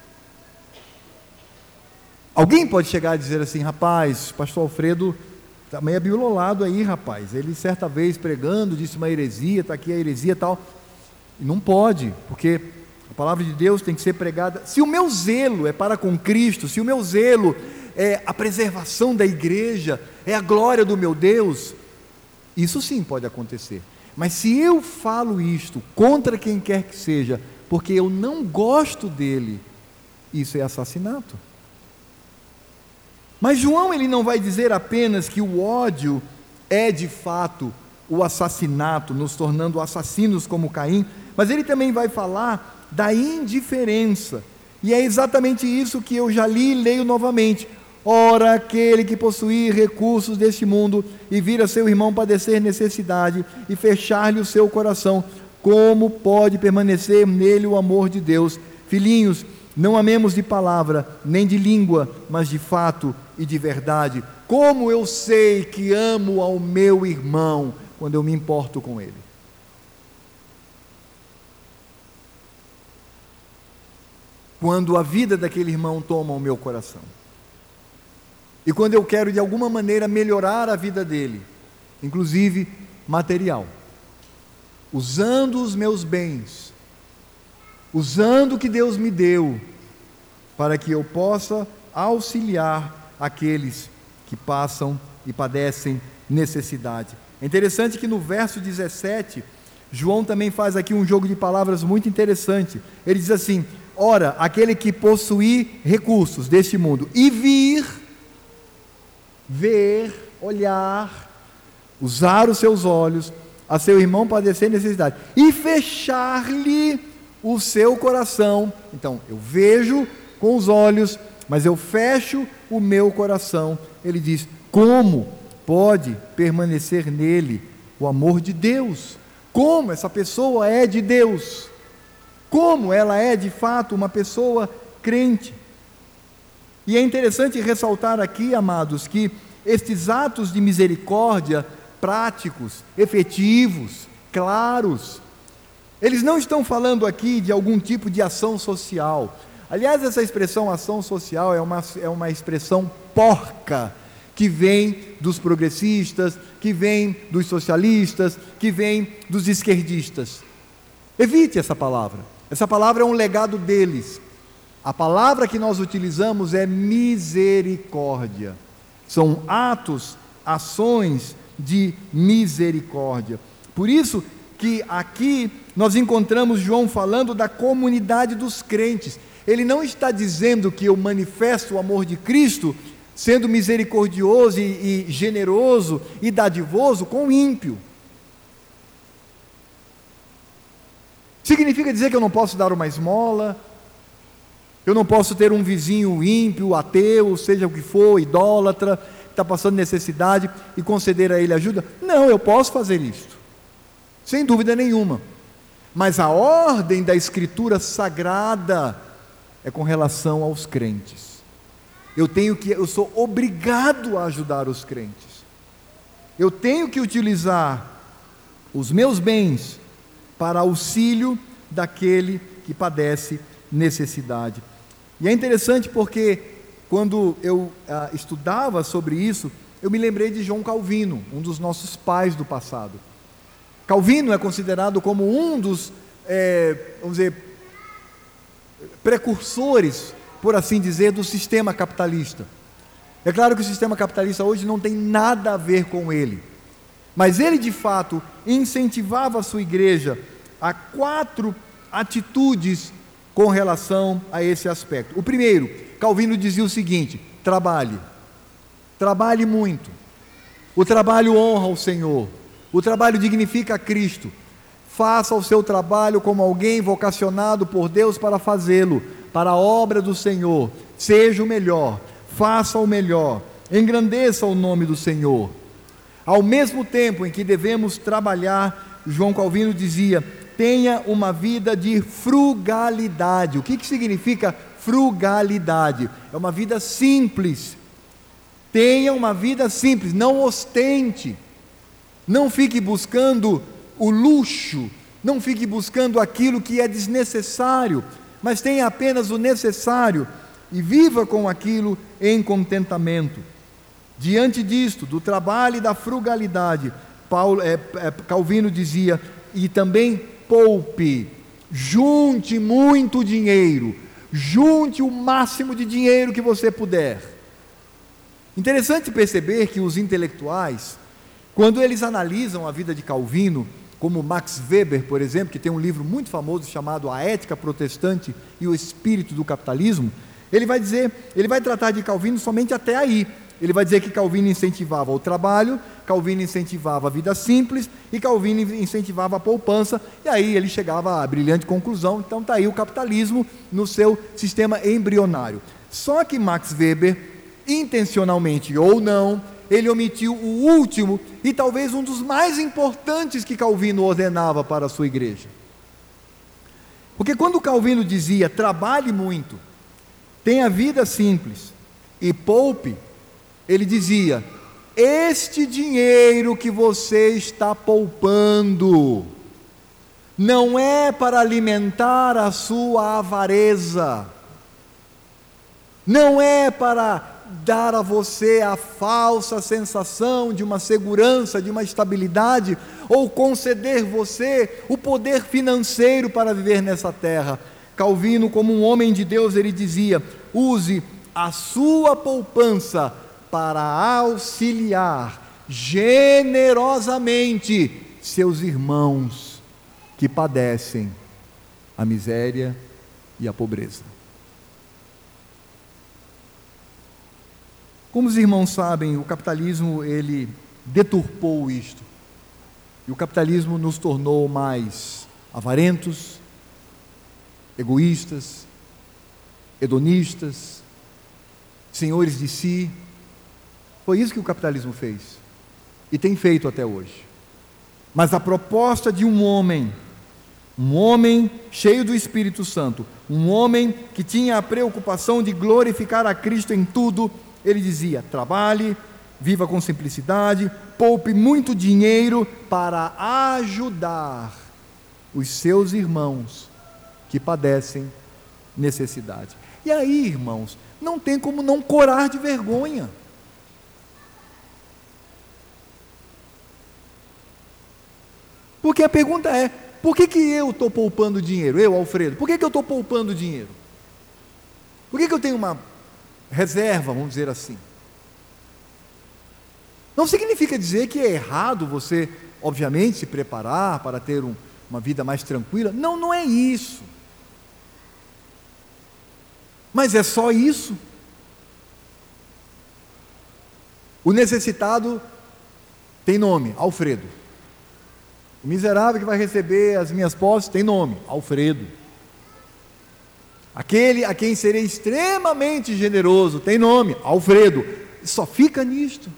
A: Alguém pode chegar a dizer assim: rapaz, pastor Alfredo está meio abiolado aí, rapaz, ele certa vez pregando disse uma heresia, está aqui a heresia e tal. E não pode, porque a palavra de Deus tem que ser pregada. Se o meu zelo é para com Cristo, se o meu zelo é a preservação da igreja, é a glória do meu Deus, isso sim pode acontecer. Mas se eu falo isto contra quem quer que seja, porque eu não gosto dele, isso é assassinato. Mas João, ele não vai dizer apenas que o ódio é de fato o assassinato, nos tornando assassinos como Caim, mas ele também vai falar da indiferença, e é exatamente isso que eu já li e leio novamente. Ora, aquele que possuir recursos deste mundo e vir a seu irmão padecer necessidade e fechar-lhe o seu coração, como pode permanecer nele o amor de Deus? Filhinhos, não amemos de palavra, nem de língua, mas de fato e de verdade. Como eu sei que amo ao meu irmão quando eu me importo com ele? Quando a vida daquele irmão toma o meu coração. E quando eu quero de alguma maneira melhorar a vida dele, inclusive material, usando os meus bens, usando o que Deus me deu, para que eu possa auxiliar aqueles que passam e padecem necessidade. É interessante que no verso dezessete, João também faz aqui um jogo de palavras muito interessante. Ele diz assim: ora, aquele que possuir recursos deste mundo e vir, ver, olhar, usar os seus olhos a seu irmão padecer necessidade e fechar-lhe o seu coração. Então, eu vejo com os olhos, mas eu fecho o meu coração. Ele diz: como pode permanecer nele o amor de Deus? Como essa pessoa é de Deus? Como ela é de fato uma pessoa crente? E é interessante ressaltar aqui, amados, que estes atos de misericórdia práticos, efetivos, claros, eles não estão falando aqui de algum tipo de ação social. Aliás, essa expressão ação social é uma, é uma expressão porca, que vem dos progressistas, que vem dos socialistas, que vem dos esquerdistas. Evite essa palavra. Essa palavra é um legado deles. A palavra que nós utilizamos é misericórdia. São atos, ações de misericórdia. Por isso que aqui nós encontramos João falando da comunidade dos crentes. Ele não está dizendo que eu manifesto o amor de Cristo sendo misericordioso e, e generoso e dadivoso com o ímpio. Significa dizer que eu não posso dar uma esmola, eu não posso ter um vizinho ímpio, ateu, seja o que for, idólatra, que está passando necessidade e conceder a ele ajuda? Não, eu posso fazer isto, sem dúvida nenhuma. Mas a ordem da Escritura Sagrada é com relação aos crentes. Eu tenho que, eu sou obrigado a ajudar os crentes. Eu tenho que utilizar os meus bens para auxílio daquele que padece necessidade. E é interessante porque quando eu ah, estudava sobre isso, eu me lembrei de João Calvino, um dos nossos pais do passado. Calvino é considerado como um dos, é, vamos dizer, precursores, por assim dizer, do sistema capitalista. É claro que o sistema capitalista hoje não tem nada a ver com ele, mas ele de fato incentivava a sua igreja a quatro atitudes com relação a esse aspecto. O primeiro, Calvino dizia o seguinte: trabalhe, trabalhe muito, o trabalho honra o Senhor, o trabalho dignifica a Cristo, faça o seu trabalho como alguém vocacionado por Deus para fazê-lo, para a obra do Senhor. Seja o melhor, faça o melhor, engrandeça o nome do Senhor. Ao mesmo tempo em que devemos trabalhar, João Calvino dizia, tenha uma vida de frugalidade. O que, que significa frugalidade? É uma vida simples. Tenha uma vida simples, não ostente, não fique buscando o luxo, não fique buscando aquilo que é desnecessário, mas tenha apenas o necessário e viva com aquilo em contentamento. Diante disto, do trabalho e da frugalidade, Paulo, é, é, Calvino dizia, e também poupe, junte muito dinheiro, junte o máximo de dinheiro que você puder. Interessante perceber que os intelectuais, quando eles analisam a vida de Calvino, como Max Weber, por exemplo, que tem um livro muito famoso chamado A Ética Protestante e o Espírito do Capitalismo, ele vai dizer, ele vai tratar de Calvino somente até aí. Ele vai dizer que Calvino incentivava o trabalho, Calvino incentivava a vida simples e Calvino incentivava a poupança, e aí ele chegava à brilhante conclusão, então está aí o capitalismo no seu sistema embrionário. Só que Max Weber, intencionalmente ou não, ele omitiu o último e talvez um dos mais importantes que Calvino ordenava para a sua igreja. Porque quando Calvino dizia, trabalhe muito, tenha vida simples e poupe, ele dizia, este dinheiro que você está poupando, não é para alimentar a sua avareza, não é para dar a você a falsa sensação de uma segurança, de uma estabilidade, ou conceder você o poder financeiro para viver nessa terra. Calvino, como um homem de Deus, ele dizia, use a sua poupança para auxiliar generosamente seus irmãos que padecem a miséria e a pobreza. Como os irmãos sabem, o capitalismo, ele deturpou isto. E o capitalismo nos tornou mais avarentos, egoístas, hedonistas, senhores de si. Foi isso que o capitalismo fez. E tem feito até hoje. Mas a proposta de um homem, um homem cheio do Espírito Santo, um homem que tinha a preocupação de glorificar a Cristo em tudo, ele dizia, trabalhe, viva com simplicidade, poupe muito dinheiro para ajudar os seus irmãos que padecem necessidade. E aí, irmãos, não tem como não corar de vergonha. Porque a pergunta é, por que, que eu estou poupando dinheiro? Eu, Alfredo, por que, que eu estou poupando dinheiro? Por que, que eu tenho uma reserva, vamos dizer assim? Não significa dizer que é errado você, obviamente, se preparar para ter um, uma vida mais tranquila. Não, não é isso. Mas é só isso. O necessitado tem nome, Alfredo. O miserável que vai receber as minhas posses tem nome, Alfredo. Aquele a quem serei extremamente generoso tem nome, Alfredo. Só fica nisto.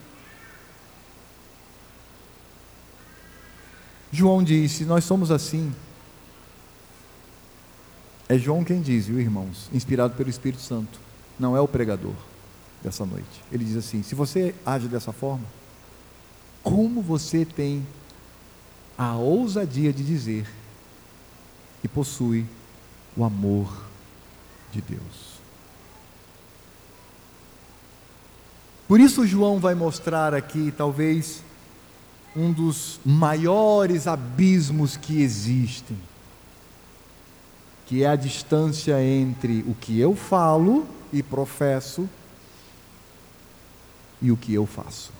A: João disse, nós somos assim. É João quem diz, viu, irmãos? Inspirado pelo Espírito Santo. Não é o pregador dessa noite. Ele diz assim, se você age dessa forma, como você tem a ousadia de dizer que possui o amor de Deus? Por isso João vai mostrar aqui talvez um dos maiores abismos que existem, que é a distância entre o que eu falo e professo e o que eu faço.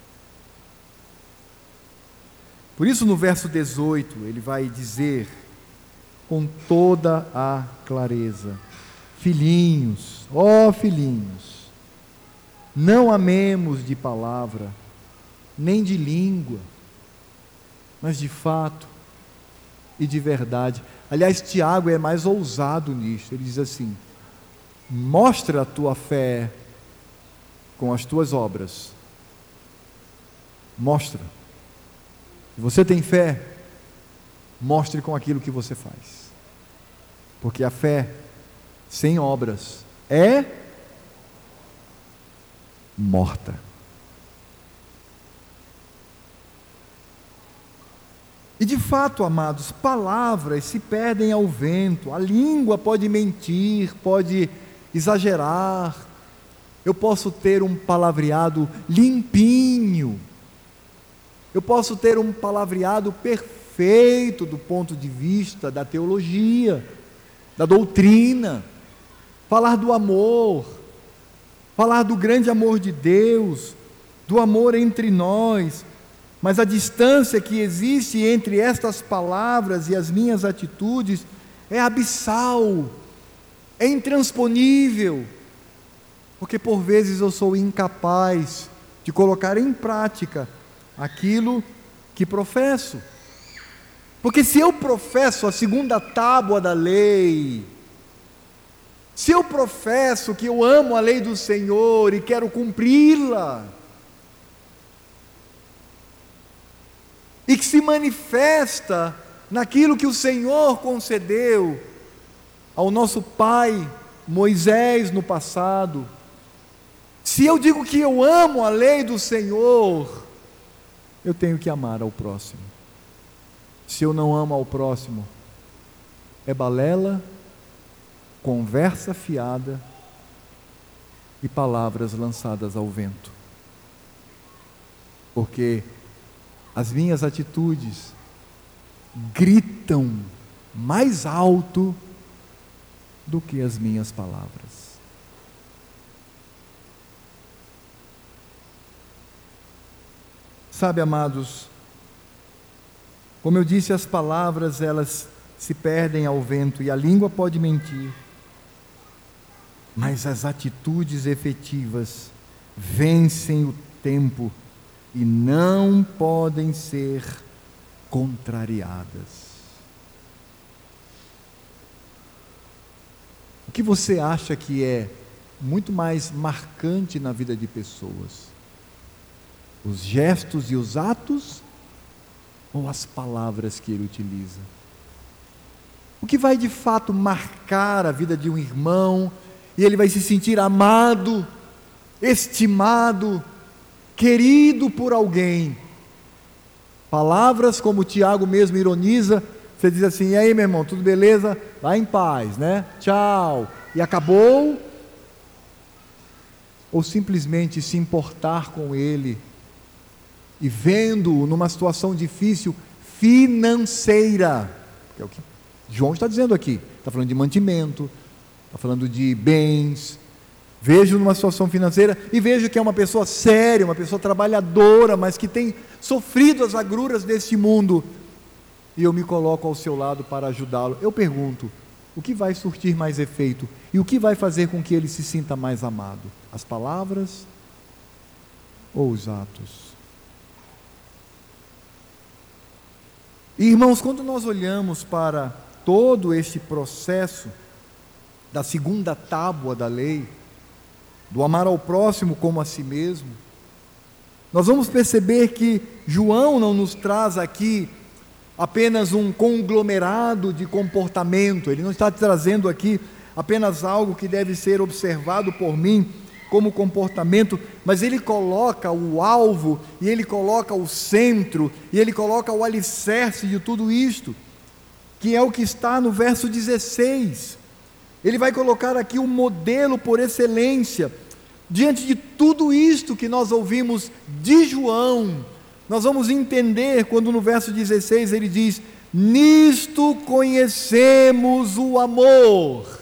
A: Por isso no verso dezoito ele vai dizer com toda a clareza, filhinhos, ó filhinhos, não amemos de palavra, nem de língua, mas de fato, e de verdade. Aliás, Tiago é mais ousado nisso. Ele diz assim: mostra a tua fé com as tuas obras. Mostra. Se você tem fé, mostre com aquilo que você faz. Porque a fé sem obras é morta. E de fato, amados, palavras se perdem ao vento. A língua pode mentir, pode exagerar. Eu posso ter um palavreado limpinho. Eu posso ter um palavreado perfeito do ponto de vista da teologia, da doutrina, falar do amor, falar do grande amor de Deus, do amor entre nós, mas a distância que existe entre estas palavras e as minhas atitudes é abissal, é intransponível, porque por vezes eu sou incapaz de colocar em prática aquilo que professo. Porque se eu professo a segunda tábua da lei, se eu professo que eu amo a lei do Senhor e quero cumpri-la, e que se manifesta naquilo que o Senhor concedeu ao nosso pai Moisés no passado, se eu digo que eu amo a lei do Senhor, eu tenho que amar ao próximo. Se eu não amo ao próximo, é balela, conversa fiada e palavras lançadas ao vento. Porque as minhas atitudes gritam mais alto do que as minhas palavras. Sabe, amados, como eu disse, as palavras, elas se perdem ao vento e a língua pode mentir, mas as atitudes efetivas vencem o tempo e não podem ser contrariadas. O que você acha que é muito mais marcante na vida de pessoas? Os gestos e os atos ou as palavras que ele utiliza? O que vai de fato marcar a vida de um irmão e ele vai se sentir amado, estimado, querido por alguém? Palavras como o Tiago mesmo ironiza, você diz assim: e aí, meu irmão, tudo beleza? Vai em paz, né? Tchau. E acabou? Ou simplesmente se importar com ele e vendo-o numa situação difícil financeira, que é o que João está dizendo aqui, está falando de mantimento, está falando de bens, vejo numa situação financeira e vejo que é uma pessoa séria, uma pessoa trabalhadora, mas que tem sofrido as agruras deste mundo, e eu me coloco ao seu lado para ajudá-lo. Eu pergunto, o que vai surtir mais efeito? E o que vai fazer com que ele se sinta mais amado? As palavras ou os atos? Irmãos, quando nós olhamos para todo este processo da segunda tábua da lei, do amar ao próximo como a si mesmo, nós vamos perceber que João não nos traz aqui apenas um conglomerado de comportamento, ele não está trazendo aqui apenas algo que deve ser observado por mim como comportamento, mas ele coloca o alvo, e ele coloca o centro, e ele coloca o alicerce de tudo isto, que é o que está no verso dezesseis. Ele vai colocar aqui o modelo por excelência. Diante de tudo isto que nós ouvimos de João, nós vamos entender quando no verso dezesseis ele diz: nisto conhecemos o amor,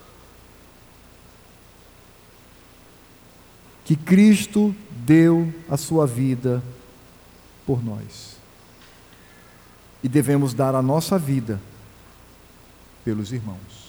A: que Cristo deu a sua vida por nós, e devemos dar a nossa vida pelos irmãos.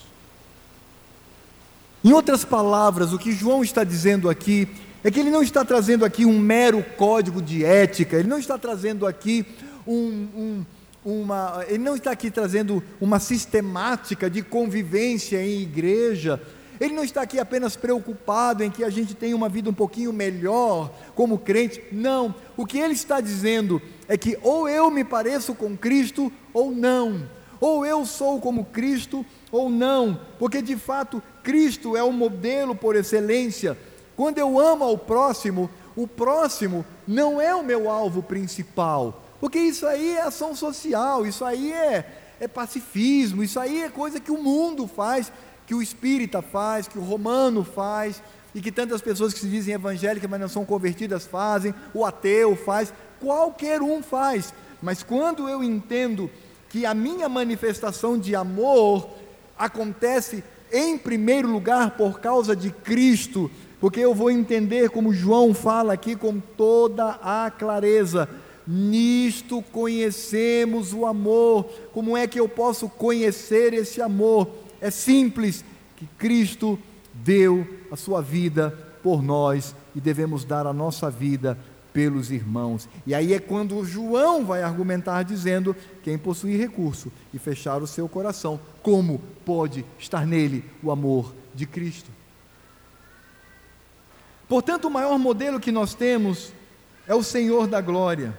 A: Em outras palavras, o que João está dizendo aqui é que ele não está trazendo aqui um mero código de ética, ele não está trazendo aqui um, um, uma, ele não está aqui trazendo uma sistemática de convivência em igreja. Ele não está aqui apenas preocupado em que a gente tenha uma vida um pouquinho melhor como crente. Não, o que ele está dizendo é que ou eu me pareço com Cristo ou não, ou eu sou como Cristo ou não, porque de fato Cristo é o modelo por excelência. Quando eu amo ao próximo, o próximo não é o meu alvo principal, porque isso aí é ação social, isso aí é, é pacifismo, isso aí é coisa que o mundo faz, que o espírita faz, que o romano faz, e que tantas pessoas que se dizem evangélicas, mas não são convertidas fazem, o ateu faz, qualquer um faz. Mas quando eu entendo que a minha manifestação de amor acontece em primeiro lugar por causa de Cristo, porque eu vou entender, como João fala aqui com toda a clareza, nisto conhecemos o amor. Como é que eu posso conhecer esse amor? É simples, que Cristo deu a sua vida por nós e devemos dar a nossa vida pelos irmãos. E aí é quando João vai argumentar dizendo: quem possui recurso e fechar o seu coração, como pode estar nele o amor de Cristo? Portanto, o maior modelo que nós temos é o Senhor da glória.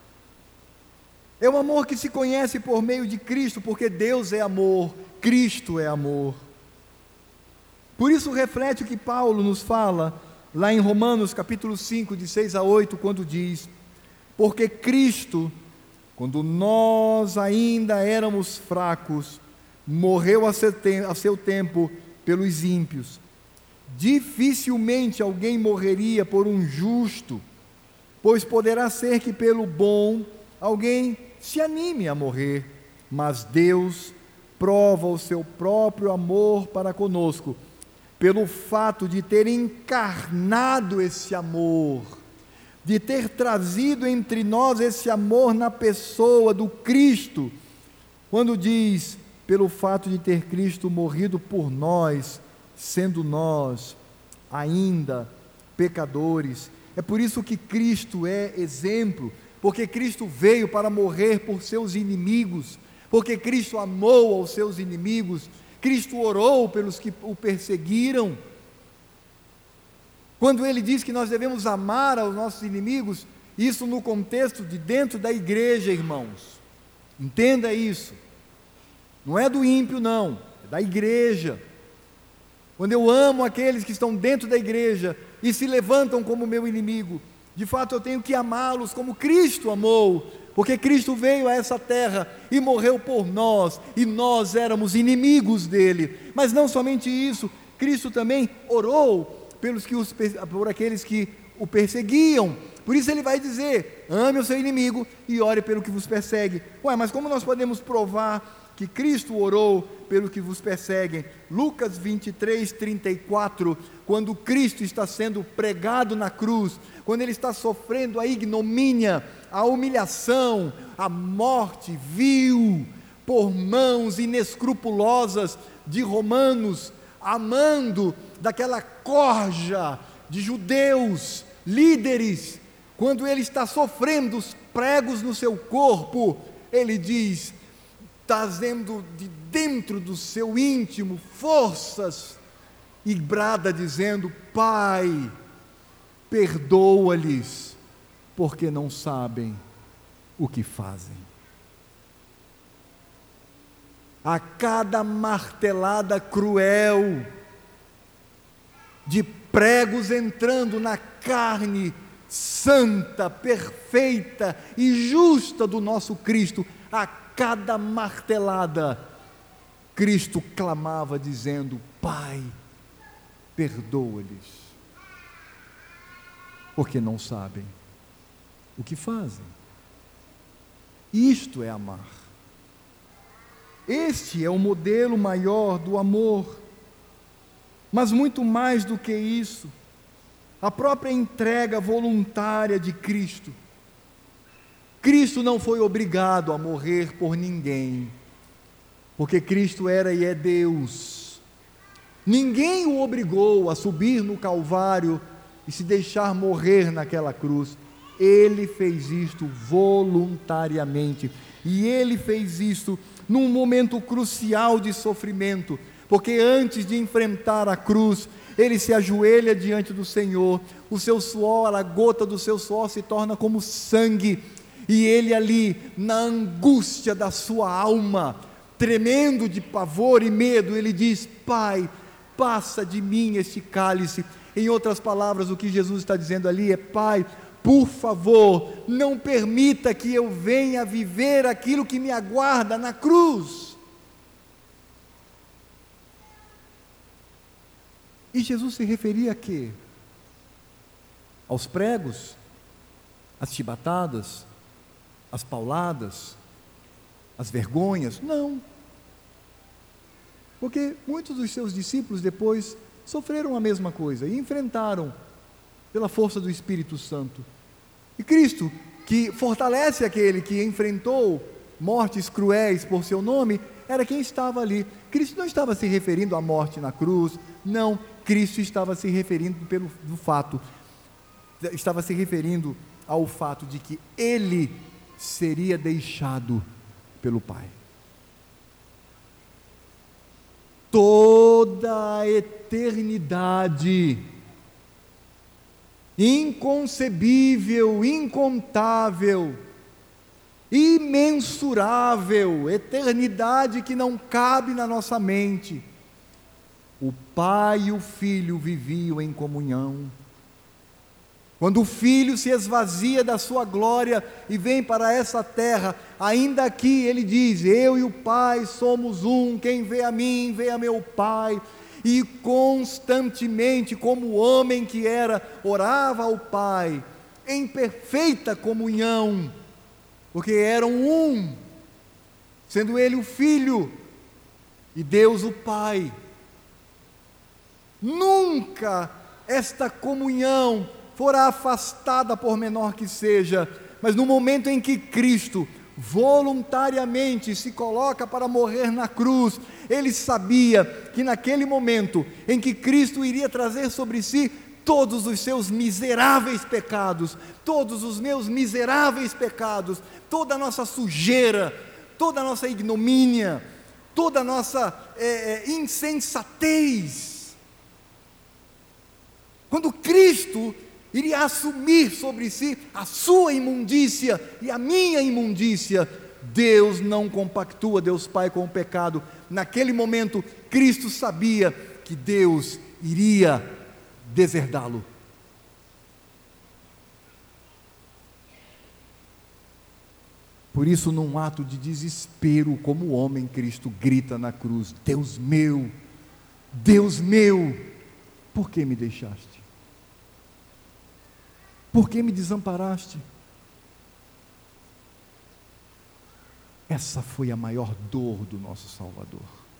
A: É o amor que se conhece por meio de Cristo, porque Deus é amor, Cristo é amor. Por isso reflete o que Paulo nos fala lá em Romanos capítulo cinco, de seis a oito, quando diz: porque Cristo, quando nós ainda éramos fracos, morreu a seu, te- a seu tempo pelos ímpios. Dificilmente alguém morreria por um justo, pois poderá ser que pelo bom alguém se anime a morrer, mas Deus prova o seu próprio amor para conosco, pelo fato de ter encarnado esse amor, de ter trazido entre nós esse amor na pessoa do Cristo, quando diz, pelo fato de ter Cristo morrido por nós, sendo nós ainda pecadores. É por isso que Cristo é exemplo, porque Cristo veio para morrer por seus inimigos, porque Cristo amou aos seus inimigos, Cristo orou pelos que o perseguiram. Quando ele diz que nós devemos amar aos nossos inimigos, isso no contexto de dentro da igreja, irmãos, entenda isso, não é do ímpio não, é da igreja. Quando eu amo aqueles que estão dentro da igreja e se levantam como meu inimigo, de fato eu tenho que amá-los como Cristo amou, porque Cristo veio a essa terra e morreu por nós, e nós éramos inimigos dele. Mas não somente isso, Cristo também orou pelos que os, por aqueles que o perseguiam. Por isso ele vai dizer: ame o seu inimigo e ore pelo que vos persegue. Ué, mas como nós podemos provar que Cristo orou pelo que vos perseguem? Lucas vinte e três, trinta e quatro, quando Cristo está sendo pregado na cruz, quando ele está sofrendo a ignomínia, a humilhação, a morte vil, por mãos inescrupulosas de romanos, amando daquela corja de judeus, líderes, quando ele está sofrendo os pregos no seu corpo, ele diz, trazendo de dentro do seu íntimo forças, e brada dizendo: Pai, perdoa-lhes, porque não sabem o que fazem. A cada martelada cruel, de pregos entrando na carne santa, perfeita e justa do nosso Cristo, a cada martelada, Cristo clamava dizendo: Pai, perdoa-lhes, porque não sabem o que fazem. Isto é amar. Este é o modelo maior do amor. Mas muito mais do que isso, a própria entrega voluntária de Cristo. Cristo não foi obrigado a morrer por ninguém, porque Cristo era e é Deus. Ninguém o obrigou a subir no Calvário e se deixar morrer naquela cruz. Ele fez isto voluntariamente, e Ele fez isto num momento crucial de sofrimento, porque antes de enfrentar a cruz, Ele se ajoelha diante do Senhor, o seu suor, a gota do seu suor se torna como sangue, e Ele ali, na angústia da sua alma, tremendo de pavor e medo, Ele diz: Pai, passa de mim este cálice. Em outras palavras, o que Jesus está dizendo ali é: Pai, por favor, não permita que eu venha viver aquilo que me aguarda na cruz. E Jesus se referia a quê? Aos pregos, às chibatadas, às pauladas, às vergonhas? Não. Porque muitos dos seus discípulos depois sofreram a mesma coisa e enfrentaram pela força do Espírito Santo. E Cristo, que fortalece aquele que enfrentou mortes cruéis por seu nome, era quem estava ali. Cristo não estava se referindo à morte na cruz, não. Cristo estava se referindo pelo do fato, estava se referindo ao fato de que Ele seria deixado pelo Pai. Toda a eternidade, inconcebível, incontável, imensurável, eternidade que não cabe na nossa mente, o Pai e o Filho viviam em comunhão. Quando o Filho se esvazia da sua glória e vem para essa terra, ainda aqui ele diz: eu e o Pai somos um, quem vê a mim, vê a meu Pai. E constantemente, como o homem que era, orava ao Pai, em perfeita comunhão, porque eram um, sendo Ele o Filho, e Deus o Pai. Nunca esta comunhão fora afastada, por menor que seja, mas no momento em que Cristo voluntariamente se coloca para morrer na cruz, Ele sabia que naquele momento em que Cristo iria trazer sobre si todos os seus miseráveis pecados, todos os meus miseráveis pecados, toda a nossa sujeira, toda a nossa ignomínia, toda a nossa é, é, insensatez, quando Cristo iria assumir sobre si a sua imundícia e a minha imundícia, Deus não compactua, Deus Pai, com o pecado. Naquele momento, Cristo sabia que Deus iria deserdá-lo. Por isso, num ato de desespero, como homem, Cristo grita na cruz: Deus meu, Deus meu, por que me deixaste? Por que me desamparaste? Essa foi a maior dor do nosso Salvador.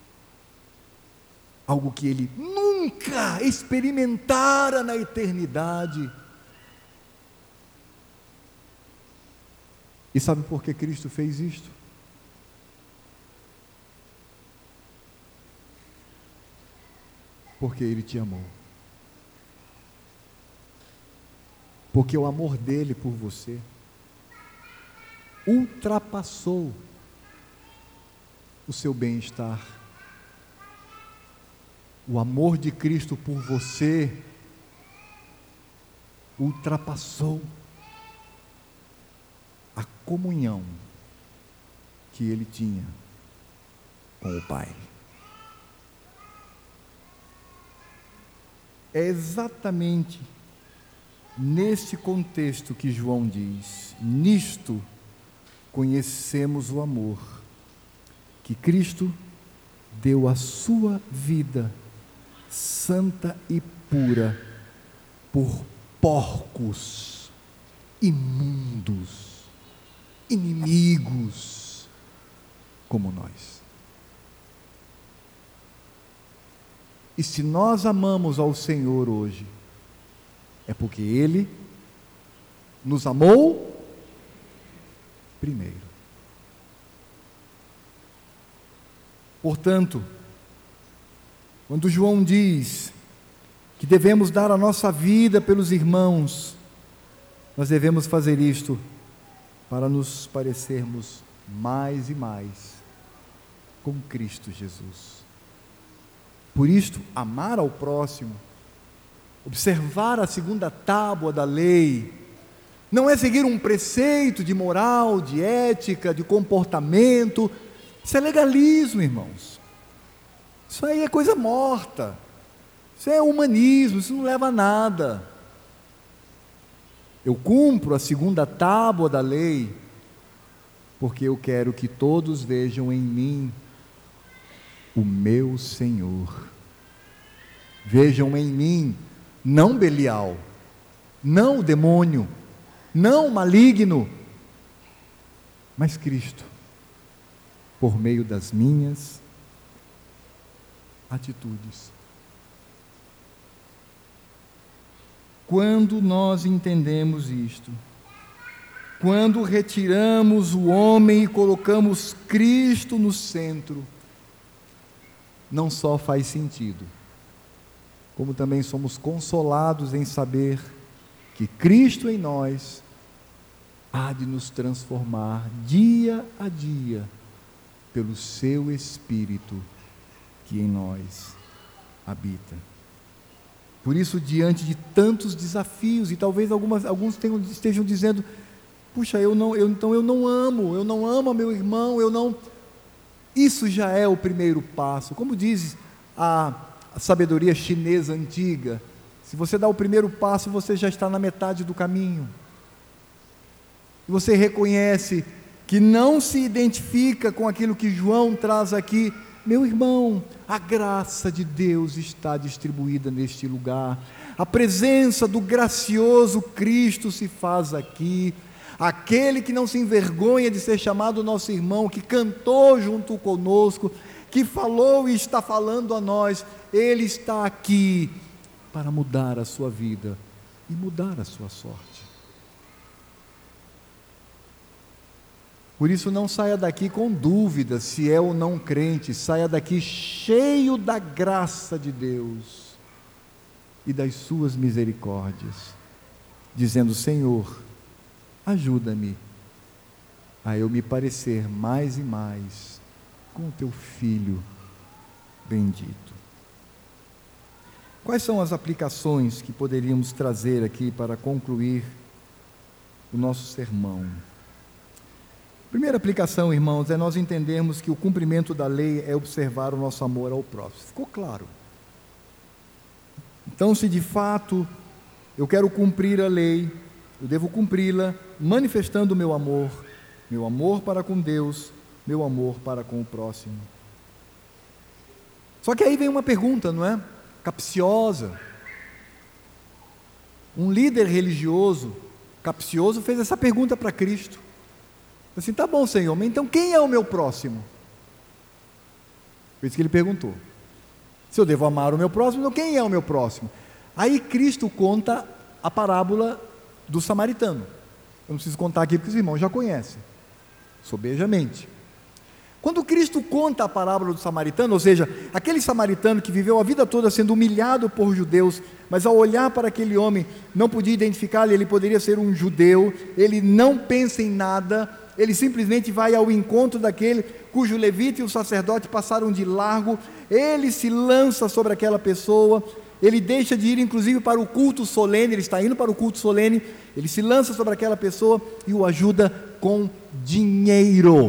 A: Algo que Ele nunca experimentara na eternidade. E sabe por que Cristo fez isto? Porque Ele te amou. Porque o amor dele por você ultrapassou o seu bem-estar. O amor de Cristo por você ultrapassou a comunhão que ele tinha com o Pai. É exatamente neste contexto que João diz: nisto conhecemos o amor, que Cristo deu a sua vida santa e pura por porcos, imundos, inimigos como nós. E se nós amamos ao Senhor hoje, é porque Ele nos amou primeiro. Portanto, quando João diz que devemos dar a nossa vida pelos irmãos, nós devemos fazer isto para nos parecermos mais e mais com Cristo Jesus. Por isto, amar ao próximo, observar a segunda tábua da lei, não é seguir um preceito de moral, de ética, de comportamento. Isso é legalismo, irmãos. Isso aí é coisa morta. Isso é humanismo, isso não leva a nada. Eu cumpro a segunda tábua da lei, porque eu quero que todos vejam em mim o meu Senhor. Vejam em mim, não Belial, não o demônio, não o maligno, mas Cristo, por meio das minhas atitudes. Quando nós entendemos isto, quando retiramos o homem e colocamos Cristo no centro, não só faz sentido, como também somos consolados em saber que Cristo em nós há de nos transformar dia a dia pelo seu Espírito que em nós habita. Por isso, diante de tantos desafios, e talvez algumas, alguns tenham, estejam dizendo, puxa, eu não, eu, então eu não amo, eu não amo meu irmão, eu não... Isso já é o primeiro passo. Como diz a, a sabedoria chinesa antiga, se você dá o primeiro passo, você já está na metade do caminho. E você reconhece que não se identifica com aquilo que João traz aqui. Meu irmão, a graça de Deus está distribuída neste lugar, a presença do gracioso Cristo se faz aqui, aquele que não se envergonha de ser chamado nosso irmão, que cantou junto conosco, que falou e está falando a nós, Ele está aqui para mudar a sua vida e mudar a sua sorte. Por isso, não saia daqui com dúvida se é ou não crente, saia daqui cheio da graça de Deus e das suas misericórdias, dizendo: Senhor, ajuda-me a eu me parecer mais e mais com o teu Filho bendito. Quais são as aplicações que poderíamos trazer aqui para concluir o nosso sermão? Primeira aplicação, irmãos, é nós entendermos que o cumprimento da lei é observar o nosso amor ao próximo. Ficou claro? Então, se de fato eu quero cumprir a lei, eu devo cumpri-la manifestando o meu amor, meu amor para com Deus, meu amor para com o próximo. Só que aí vem uma pergunta, não é? Capciosa. Um líder religioso capcioso fez essa pergunta para Cristo. Assim, tá bom, Senhor, mas então quem é o meu próximo? Foi isso que ele perguntou. Se eu devo amar o meu próximo, então quem é o meu próximo? Aí Cristo conta a parábola do samaritano. Eu não preciso contar aqui porque os irmãos já conhecem, sobejamente. Quando Cristo conta a parábola do samaritano, ou seja, aquele samaritano que viveu a vida toda sendo humilhado por judeus, mas ao olhar para aquele homem, não podia identificá-lo, ele poderia ser um judeu, ele não pensa em nada, ele simplesmente vai ao encontro daquele cujo levita e o sacerdote passaram de largo, ele se lança sobre aquela pessoa, ele deixa de ir inclusive para o culto solene, ele está indo para o culto solene, ele se lança sobre aquela pessoa e o ajuda com dinheiro,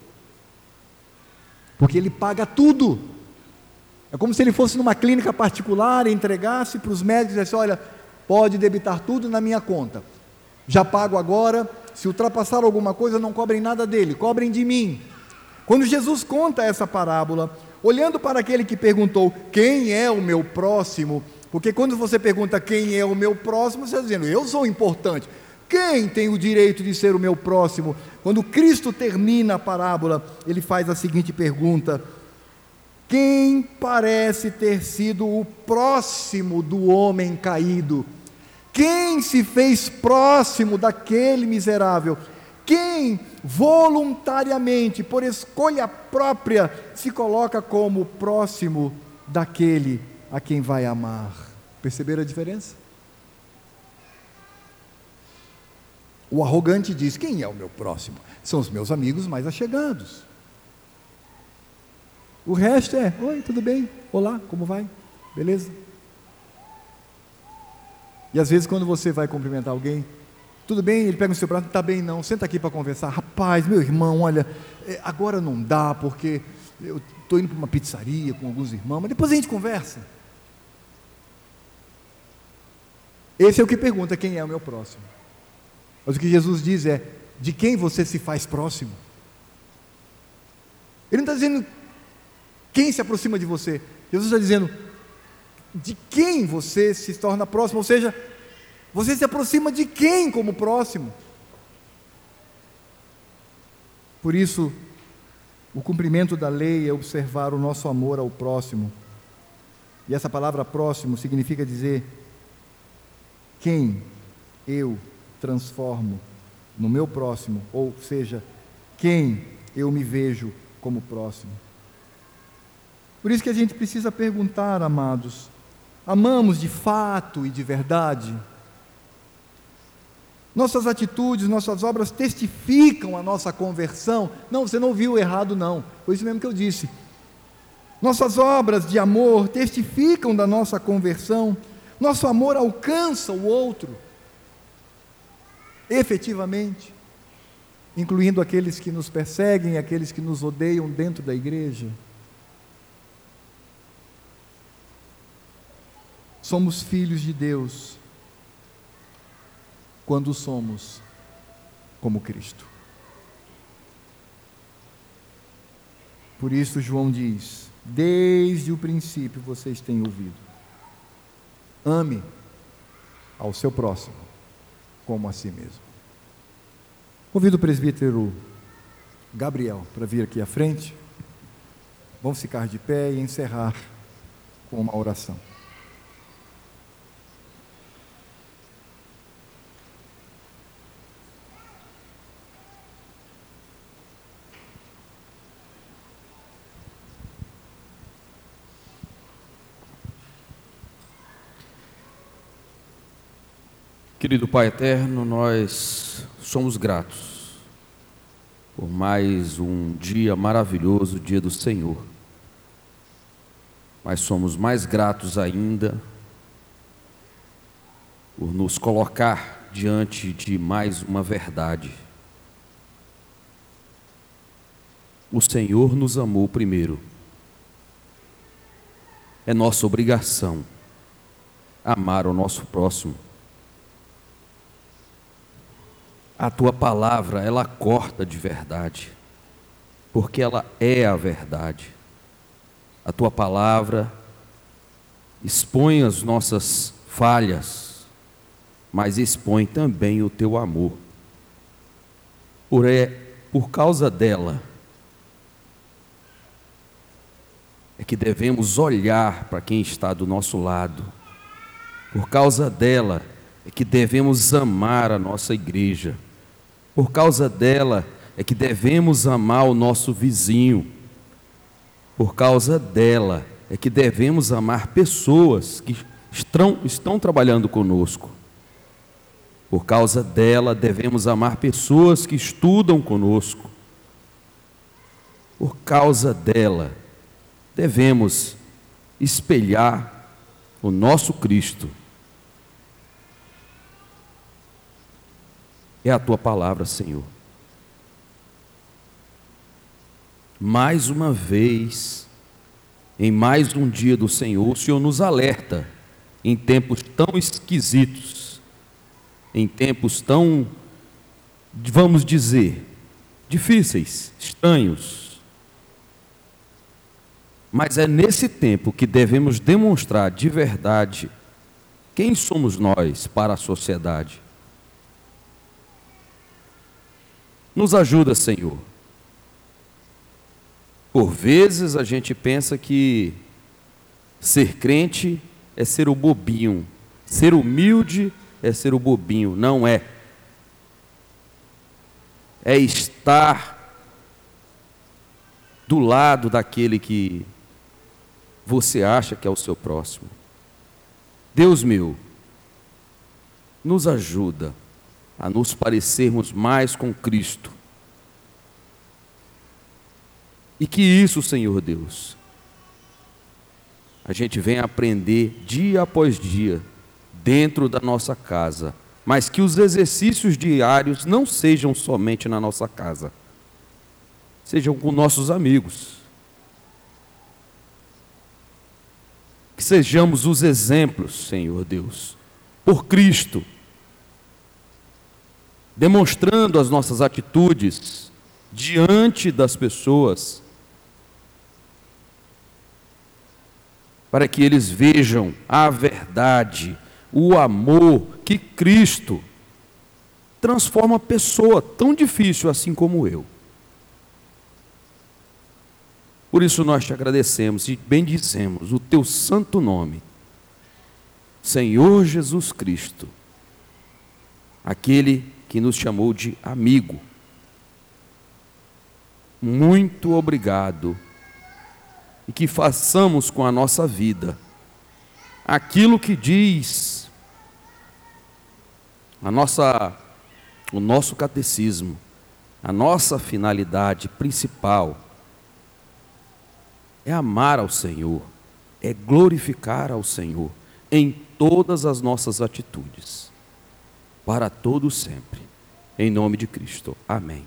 A: porque ele paga tudo. É como se ele fosse numa clínica particular e entregasse para os médicos e dissesse: olha, pode debitar tudo na minha conta, já pago agora, se ultrapassar alguma coisa não cobrem nada dele, cobrem de mim. Quando Jesus conta essa parábola, olhando para aquele que perguntou: quem é o meu próximo? Porque quando você pergunta quem é o meu próximo, você está dizendo: eu sou importante, quem tem o direito de ser o meu próximo? Quando Cristo termina a parábola, ele faz a seguinte pergunta: quem parece ter sido o próximo do homem caído? Quem se fez próximo daquele miserável? Quem voluntariamente, por escolha própria, se coloca como próximo daquele a quem vai amar? Perceberam a diferença? O arrogante diz: quem é o meu próximo? São os meus amigos mais allegados. O resto é: oi, tudo bem? Olá, como vai? Beleza? E às vezes quando você vai cumprimentar alguém, tudo bem? Ele pega o seu braço: está bem não, senta aqui para conversar. Rapaz, meu irmão, olha, agora não dá porque eu estou indo para uma pizzaria com alguns irmãos, mas depois a gente conversa. Esse é o que pergunta: quem é o meu próximo? Mas o que Jesus diz é: de quem você se faz próximo? Ele não está dizendo quem se aproxima de você. Jesus está dizendo de quem você se torna próximo, ou seja, você se aproxima de quem como próximo. Por isso, o cumprimento da lei é observar o nosso amor ao próximo. E essa palavra próximo significa dizer quem eu transformo no meu próximo, ou seja, quem eu me vejo como próximo. Por isso que a gente precisa perguntar, amados: amamos de fato e de verdade? Nossas atitudes, nossas obras testificam a nossa conversão? Não, você não ouviu errado não, foi isso mesmo que eu disse. Nossas obras de amor testificam da nossa conversão? Nosso amor alcança o outro, efetivamente, incluindo aqueles que nos perseguem, aqueles que nos odeiam dentro da igreja? Somos filhos de Deus quando somos como Cristo. Por isso João diz: desde o princípio vocês têm ouvido, ame ao seu próximo como a si mesmo. Convido o presbítero Gabriel para vir aqui à frente. Vamos ficar de pé e encerrar com uma oração.
B: Querido Pai eterno, nós somos gratos por mais um dia maravilhoso, dia do Senhor. Mas somos mais gratos ainda por nos colocar diante de mais uma verdade. O Senhor nos amou primeiro. É nossa obrigação amar o nosso próximo. A tua palavra, ela corta de verdade, porque ela é a verdade. A tua palavra expõe as nossas falhas, mas expõe também o teu amor. Por, é, por causa dela, é que devemos olhar para quem está do nosso lado. Por causa dela, é que devemos amar a nossa igreja. Por causa dela é que devemos amar o nosso vizinho. Por causa dela é que devemos amar pessoas que estão, estão trabalhando conosco. Por causa dela devemos amar pessoas que estudam conosco. Por causa dela devemos espelhar o nosso Cristo. É a tua palavra, Senhor. Mais uma vez, em mais um dia do Senhor, o Senhor nos alerta em tempos tão esquisitos, em tempos tão, vamos dizer, difíceis, estranhos. Mas é nesse tempo que devemos demonstrar de verdade quem somos nós para a sociedade. Nos ajuda, Senhor. Por vezes a gente pensa que ser crente é ser o bobinho, ser humilde é ser o bobinho. Não é. É estar do lado daquele que você acha que é o seu próximo. Deus meu, nos ajuda a nos parecermos mais com Cristo. E que isso, Senhor Deus, a gente venha aprender dia após dia, dentro da nossa casa, mas que os exercícios diários não sejam somente na nossa casa, sejam com nossos amigos, que sejamos os exemplos, Senhor Deus, por Cristo, demonstrando as nossas atitudes diante das pessoas, para que eles vejam a verdade, o amor que Cristo transforma a pessoa tão difícil assim como eu. Por isso nós te agradecemos e bendizemos o teu santo nome, Senhor Jesus Cristo, aquele que nos chamou de amigo. Muito obrigado, e que façamos com a nossa vida aquilo que diz a nossa, o nosso catecismo, a nossa finalidade principal é amar ao Senhor, é glorificar ao Senhor em todas as nossas atitudes, para todo sempre, em nome de Cristo. Amém.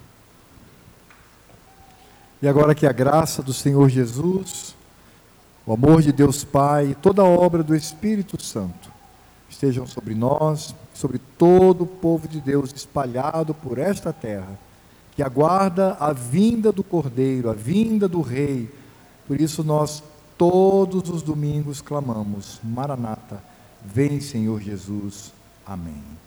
A: E agora que a graça do Senhor Jesus, o amor de Deus Pai e toda a obra do Espírito Santo estejam sobre nós, sobre todo o povo de Deus espalhado por esta terra, que aguarda a vinda do Cordeiro, a vinda do Rei. Por isso nós todos os domingos clamamos: Maranata, vem Senhor Jesus. Amém.